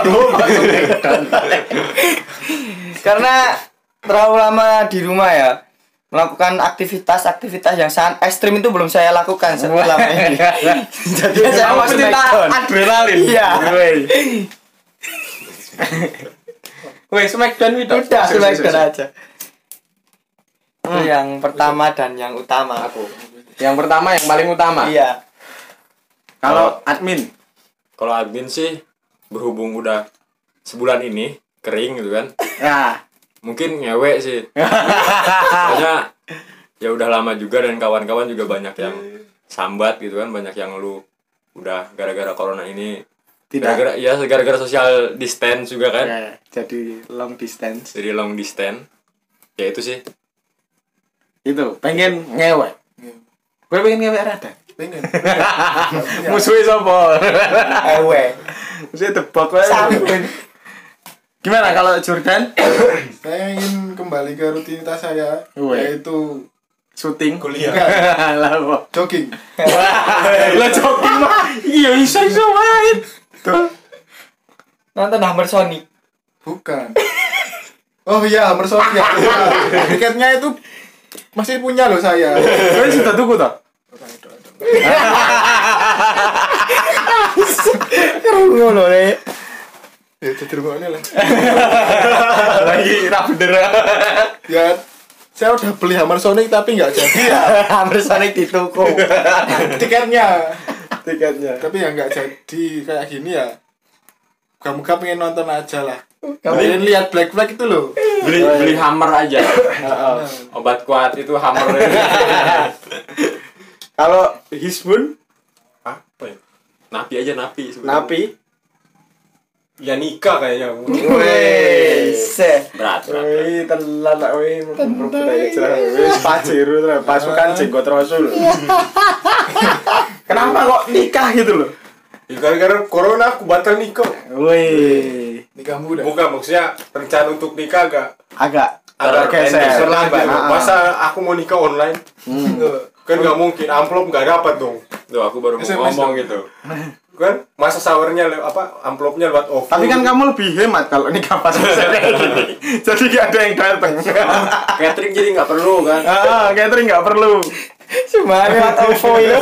Speaker 5: Karena terlalu lama di rumah ya, melakukan aktivitas yang sangat ekstrim itu belum saya lakukan selama ini. Jadi saya mau Smackdown.
Speaker 1: Adrenalin.
Speaker 5: Iya.
Speaker 1: Weh, Smackdown itu.
Speaker 5: Udah Smackdown aja. Itu yang pertama dan yang utama aku.
Speaker 1: Yang pertama, yang paling utama.
Speaker 5: Iya.
Speaker 1: Kalau admin,
Speaker 3: Kalau admin sih berhubung udah sebulan ini kering gitu kan,
Speaker 1: ya.
Speaker 3: mungkin ngewe sih. Soalnya ya udah lama juga dan kawan-kawan juga banyak yang sambat gitu kan, banyak yang lu udah gara-gara corona ini
Speaker 1: Tidak.
Speaker 3: gara-gara social distance juga kan.
Speaker 1: Ya, jadi long distance.
Speaker 3: Jadi long distance. Ya itu sih.
Speaker 1: Itu pengen ngewe. Gue pengen ngewe rada.
Speaker 2: Pengen.
Speaker 1: Musuhnya sapa?
Speaker 5: Ewe.
Speaker 1: Musuhnya tebak wae. Gimana kalau Jordan?
Speaker 2: Saya ingin kembali ke rutinitas saya,
Speaker 1: Weh.
Speaker 2: yaitu
Speaker 1: syuting
Speaker 4: Kuliah.
Speaker 1: lah kok
Speaker 2: Jogging.
Speaker 1: lah jogging mah iya iso wae tuh
Speaker 5: Nonton Hammer Sonic.
Speaker 2: Bukan. Oh iya, Hammer Sonic ya. Tiketnya itu masih punya loh saya.
Speaker 1: saya sudah tuku toh
Speaker 5: Ngono le.
Speaker 2: Ya jadi rungoknya lah.
Speaker 1: lagi ra bener
Speaker 2: Ya saya udah beli Hammer Sonic tapi nggak jadi ya
Speaker 5: Hammer Sonic di toko.
Speaker 2: tiketnya.
Speaker 1: tiketnya
Speaker 2: Tapi ya nggak jadi kayak gini ya. Kamu pengen nonton aja lah.
Speaker 5: Kamu-
Speaker 2: Pengen lihat Black Flag itu loh.
Speaker 3: Beli hammer aja. Obat kuat itu hammer.
Speaker 1: kalau Hisbun
Speaker 4: Apa ya?
Speaker 3: Napi aja napi sebetulnya.
Speaker 1: Napi
Speaker 4: Ya nikah kayaknya.
Speaker 1: weh
Speaker 3: Berat.
Speaker 1: weh telan lah weh wis paciru pasukan jenggot rasul kenapa kok nikah gitu loh
Speaker 4: Ya, gara-gara corona aku batal nikah.
Speaker 1: weh
Speaker 2: Nikah muda.
Speaker 4: Bukan maksudnya rencana untuk nikah
Speaker 1: agak
Speaker 3: Terlambat.
Speaker 1: geser
Speaker 4: terlambat.
Speaker 1: Ah, ah.
Speaker 4: Masa aku mau nikah online? Kan nggak mungkin, amplop nggak dapat dong.
Speaker 3: Tuh aku baru mau
Speaker 2: SMS
Speaker 3: ngomong
Speaker 2: dong.
Speaker 3: gitu.
Speaker 4: Kan masa sawernya amplopnya lewat OVO.
Speaker 1: tapi kan kamu lebih hemat kalau nikah pas geser kayak gini jadi gak ada yang datang
Speaker 3: Catering jadi nggak perlu kan.
Speaker 1: catering nggak perlu
Speaker 5: Semuanya atau foil.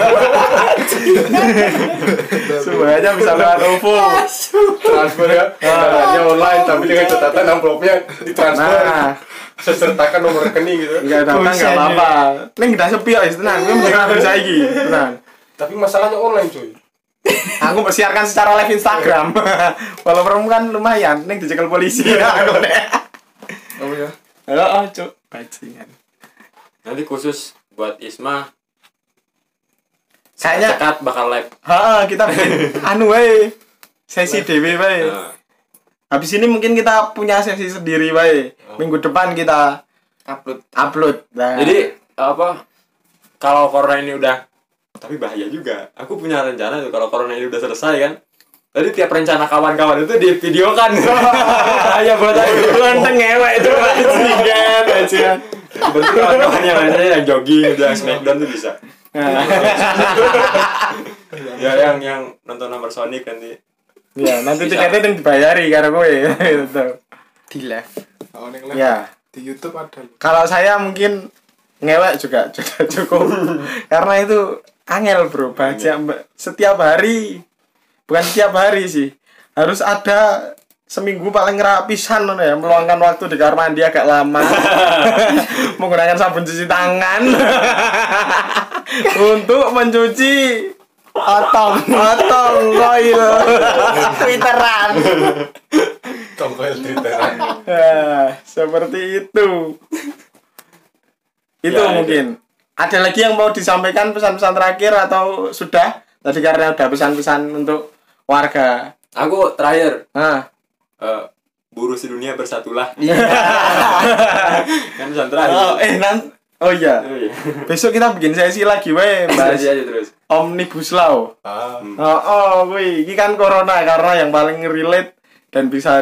Speaker 1: semuanya bisa lewat OVO
Speaker 4: transfer ya. Caranya online tapi dengan catatan amplopnya ditransfer.
Speaker 1: nah
Speaker 4: Sesertakan nomor rekening gitu.
Speaker 1: nggak datang nggak apa-apa ini nggak sepi ya tenan ini mending aku saiki tenan
Speaker 4: Tapi masalahnya online cuy.
Speaker 1: aku bersiarkan secara live Instagram walaupun kan lumayan ini dicekel polisi
Speaker 2: Oh ya.
Speaker 1: halo cuk bajingan
Speaker 3: Nanti khusus buat Isma
Speaker 1: kayaknya
Speaker 3: cekat bakal live.
Speaker 1: kita bikin anu wae sesi dewe wae
Speaker 3: Nah,
Speaker 1: habis ini mungkin kita punya sesi sendiri wae minggu depan kita upload nah.
Speaker 3: jadi apa? Kalau corona ini udah, tapi bahaya juga. Aku punya rencana tuh kalau corona ini udah selesai kan. Tadi tiap rencana kawan-kawan itu di video kan.
Speaker 1: ya buat aku ganteng ngewek itu bajingan
Speaker 3: Berarti kawan-kawannya lainnya yang jogging udah smackdown tuh bisa. Ya yang nonton Hammer Sonic nanti.
Speaker 1: ya nanti
Speaker 3: Bisa.
Speaker 1: tiketnya yang dibayari karena gue gitu
Speaker 5: Di live.
Speaker 2: Oh, ning live.
Speaker 1: ya
Speaker 2: Di YouTube ada loh.
Speaker 1: kalau saya mungkin ngewek juga cukup karena itu angel bro baca setiap hari bukan setiap hari sih harus ada seminggu paling rapisan ya meluangkan waktu di kamar mandi agak lama menggunakan sabun cuci tangan untuk mencuci otong koil
Speaker 5: Twitteran.
Speaker 4: Tongkol Twitteran.
Speaker 1: seperti itu
Speaker 3: Ya,
Speaker 1: mungkin ada lagi yang mau disampaikan pesan-pesan terakhir atau sudah tadi karena udah pesan-pesan untuk warga
Speaker 3: Aku terakhir buruh sedunia bersatulah. Kan pesan terakhir.
Speaker 1: oh iya
Speaker 3: Oh, iya.
Speaker 1: besok kita bikin sesi lagi weh bahas
Speaker 3: Aja terus.
Speaker 1: omnibus law wih ini kan corona karena yang paling relate dan bisa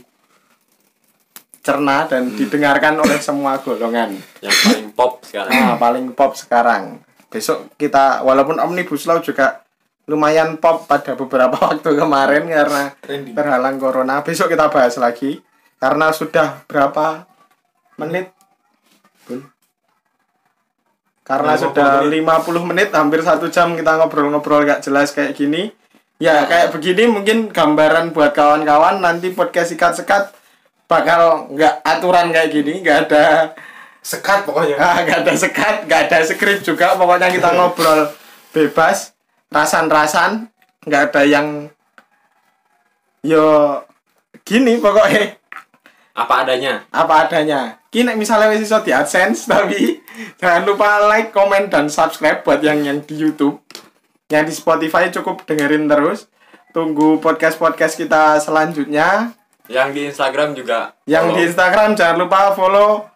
Speaker 1: dicerna dan didengarkan oleh semua golongan
Speaker 3: Yang paling pop sekarang.
Speaker 1: paling pop sekarang besok kita walaupun omnibus law juga lumayan pop pada beberapa waktu kemarin karena
Speaker 2: Trending.
Speaker 1: terhalang corona besok kita bahas lagi karena sudah berapa menit Bun? Karena
Speaker 3: 50
Speaker 1: sudah
Speaker 3: menit.
Speaker 1: 50 menit hampir 1 jam kita ngobrol-ngobrol gak jelas kayak gini ya kayak begini mungkin gambaran buat kawan-kawan nanti podcast sikat-sekat bakal nggak aturan kayak gini nggak ada
Speaker 4: Sekat pokoknya.
Speaker 1: nggak ada sekat nggak ada skrip juga pokoknya kita ngobrol bebas rasan-rasan nggak ada yang yo gini pokoknya
Speaker 3: Apa adanya.
Speaker 1: apa adanya kini misalnya wis iso di AdSense tapi jangan lupa like, komen, dan subscribe buat yang di YouTube yang di Spotify cukup dengerin terus tunggu podcast-podcast kita selanjutnya
Speaker 3: Yang di Instagram juga.
Speaker 1: yang
Speaker 3: follow.
Speaker 1: di Instagram jangan lupa follow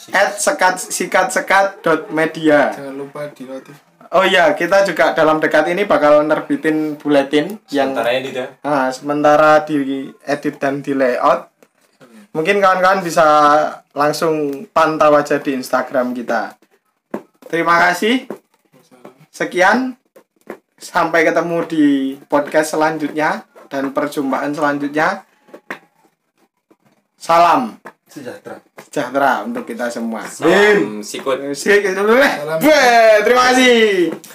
Speaker 1: @sikatsekat.media.
Speaker 2: Jangan lupa di notif.
Speaker 1: Oh iya, kita juga dalam dekat ini bakal nerbitin buletin yang
Speaker 4: Sementara edit ya.
Speaker 1: sementara di edit dan di layout. Mungkin kawan-kawan bisa langsung pantau aja di Instagram kita. Terima kasih. Sekian. Sampai ketemu di podcast selanjutnya dan perjumpaan selanjutnya. Salam
Speaker 4: Sejahtera
Speaker 1: untuk kita semua.
Speaker 3: Salam sikut.
Speaker 1: Terima kasih.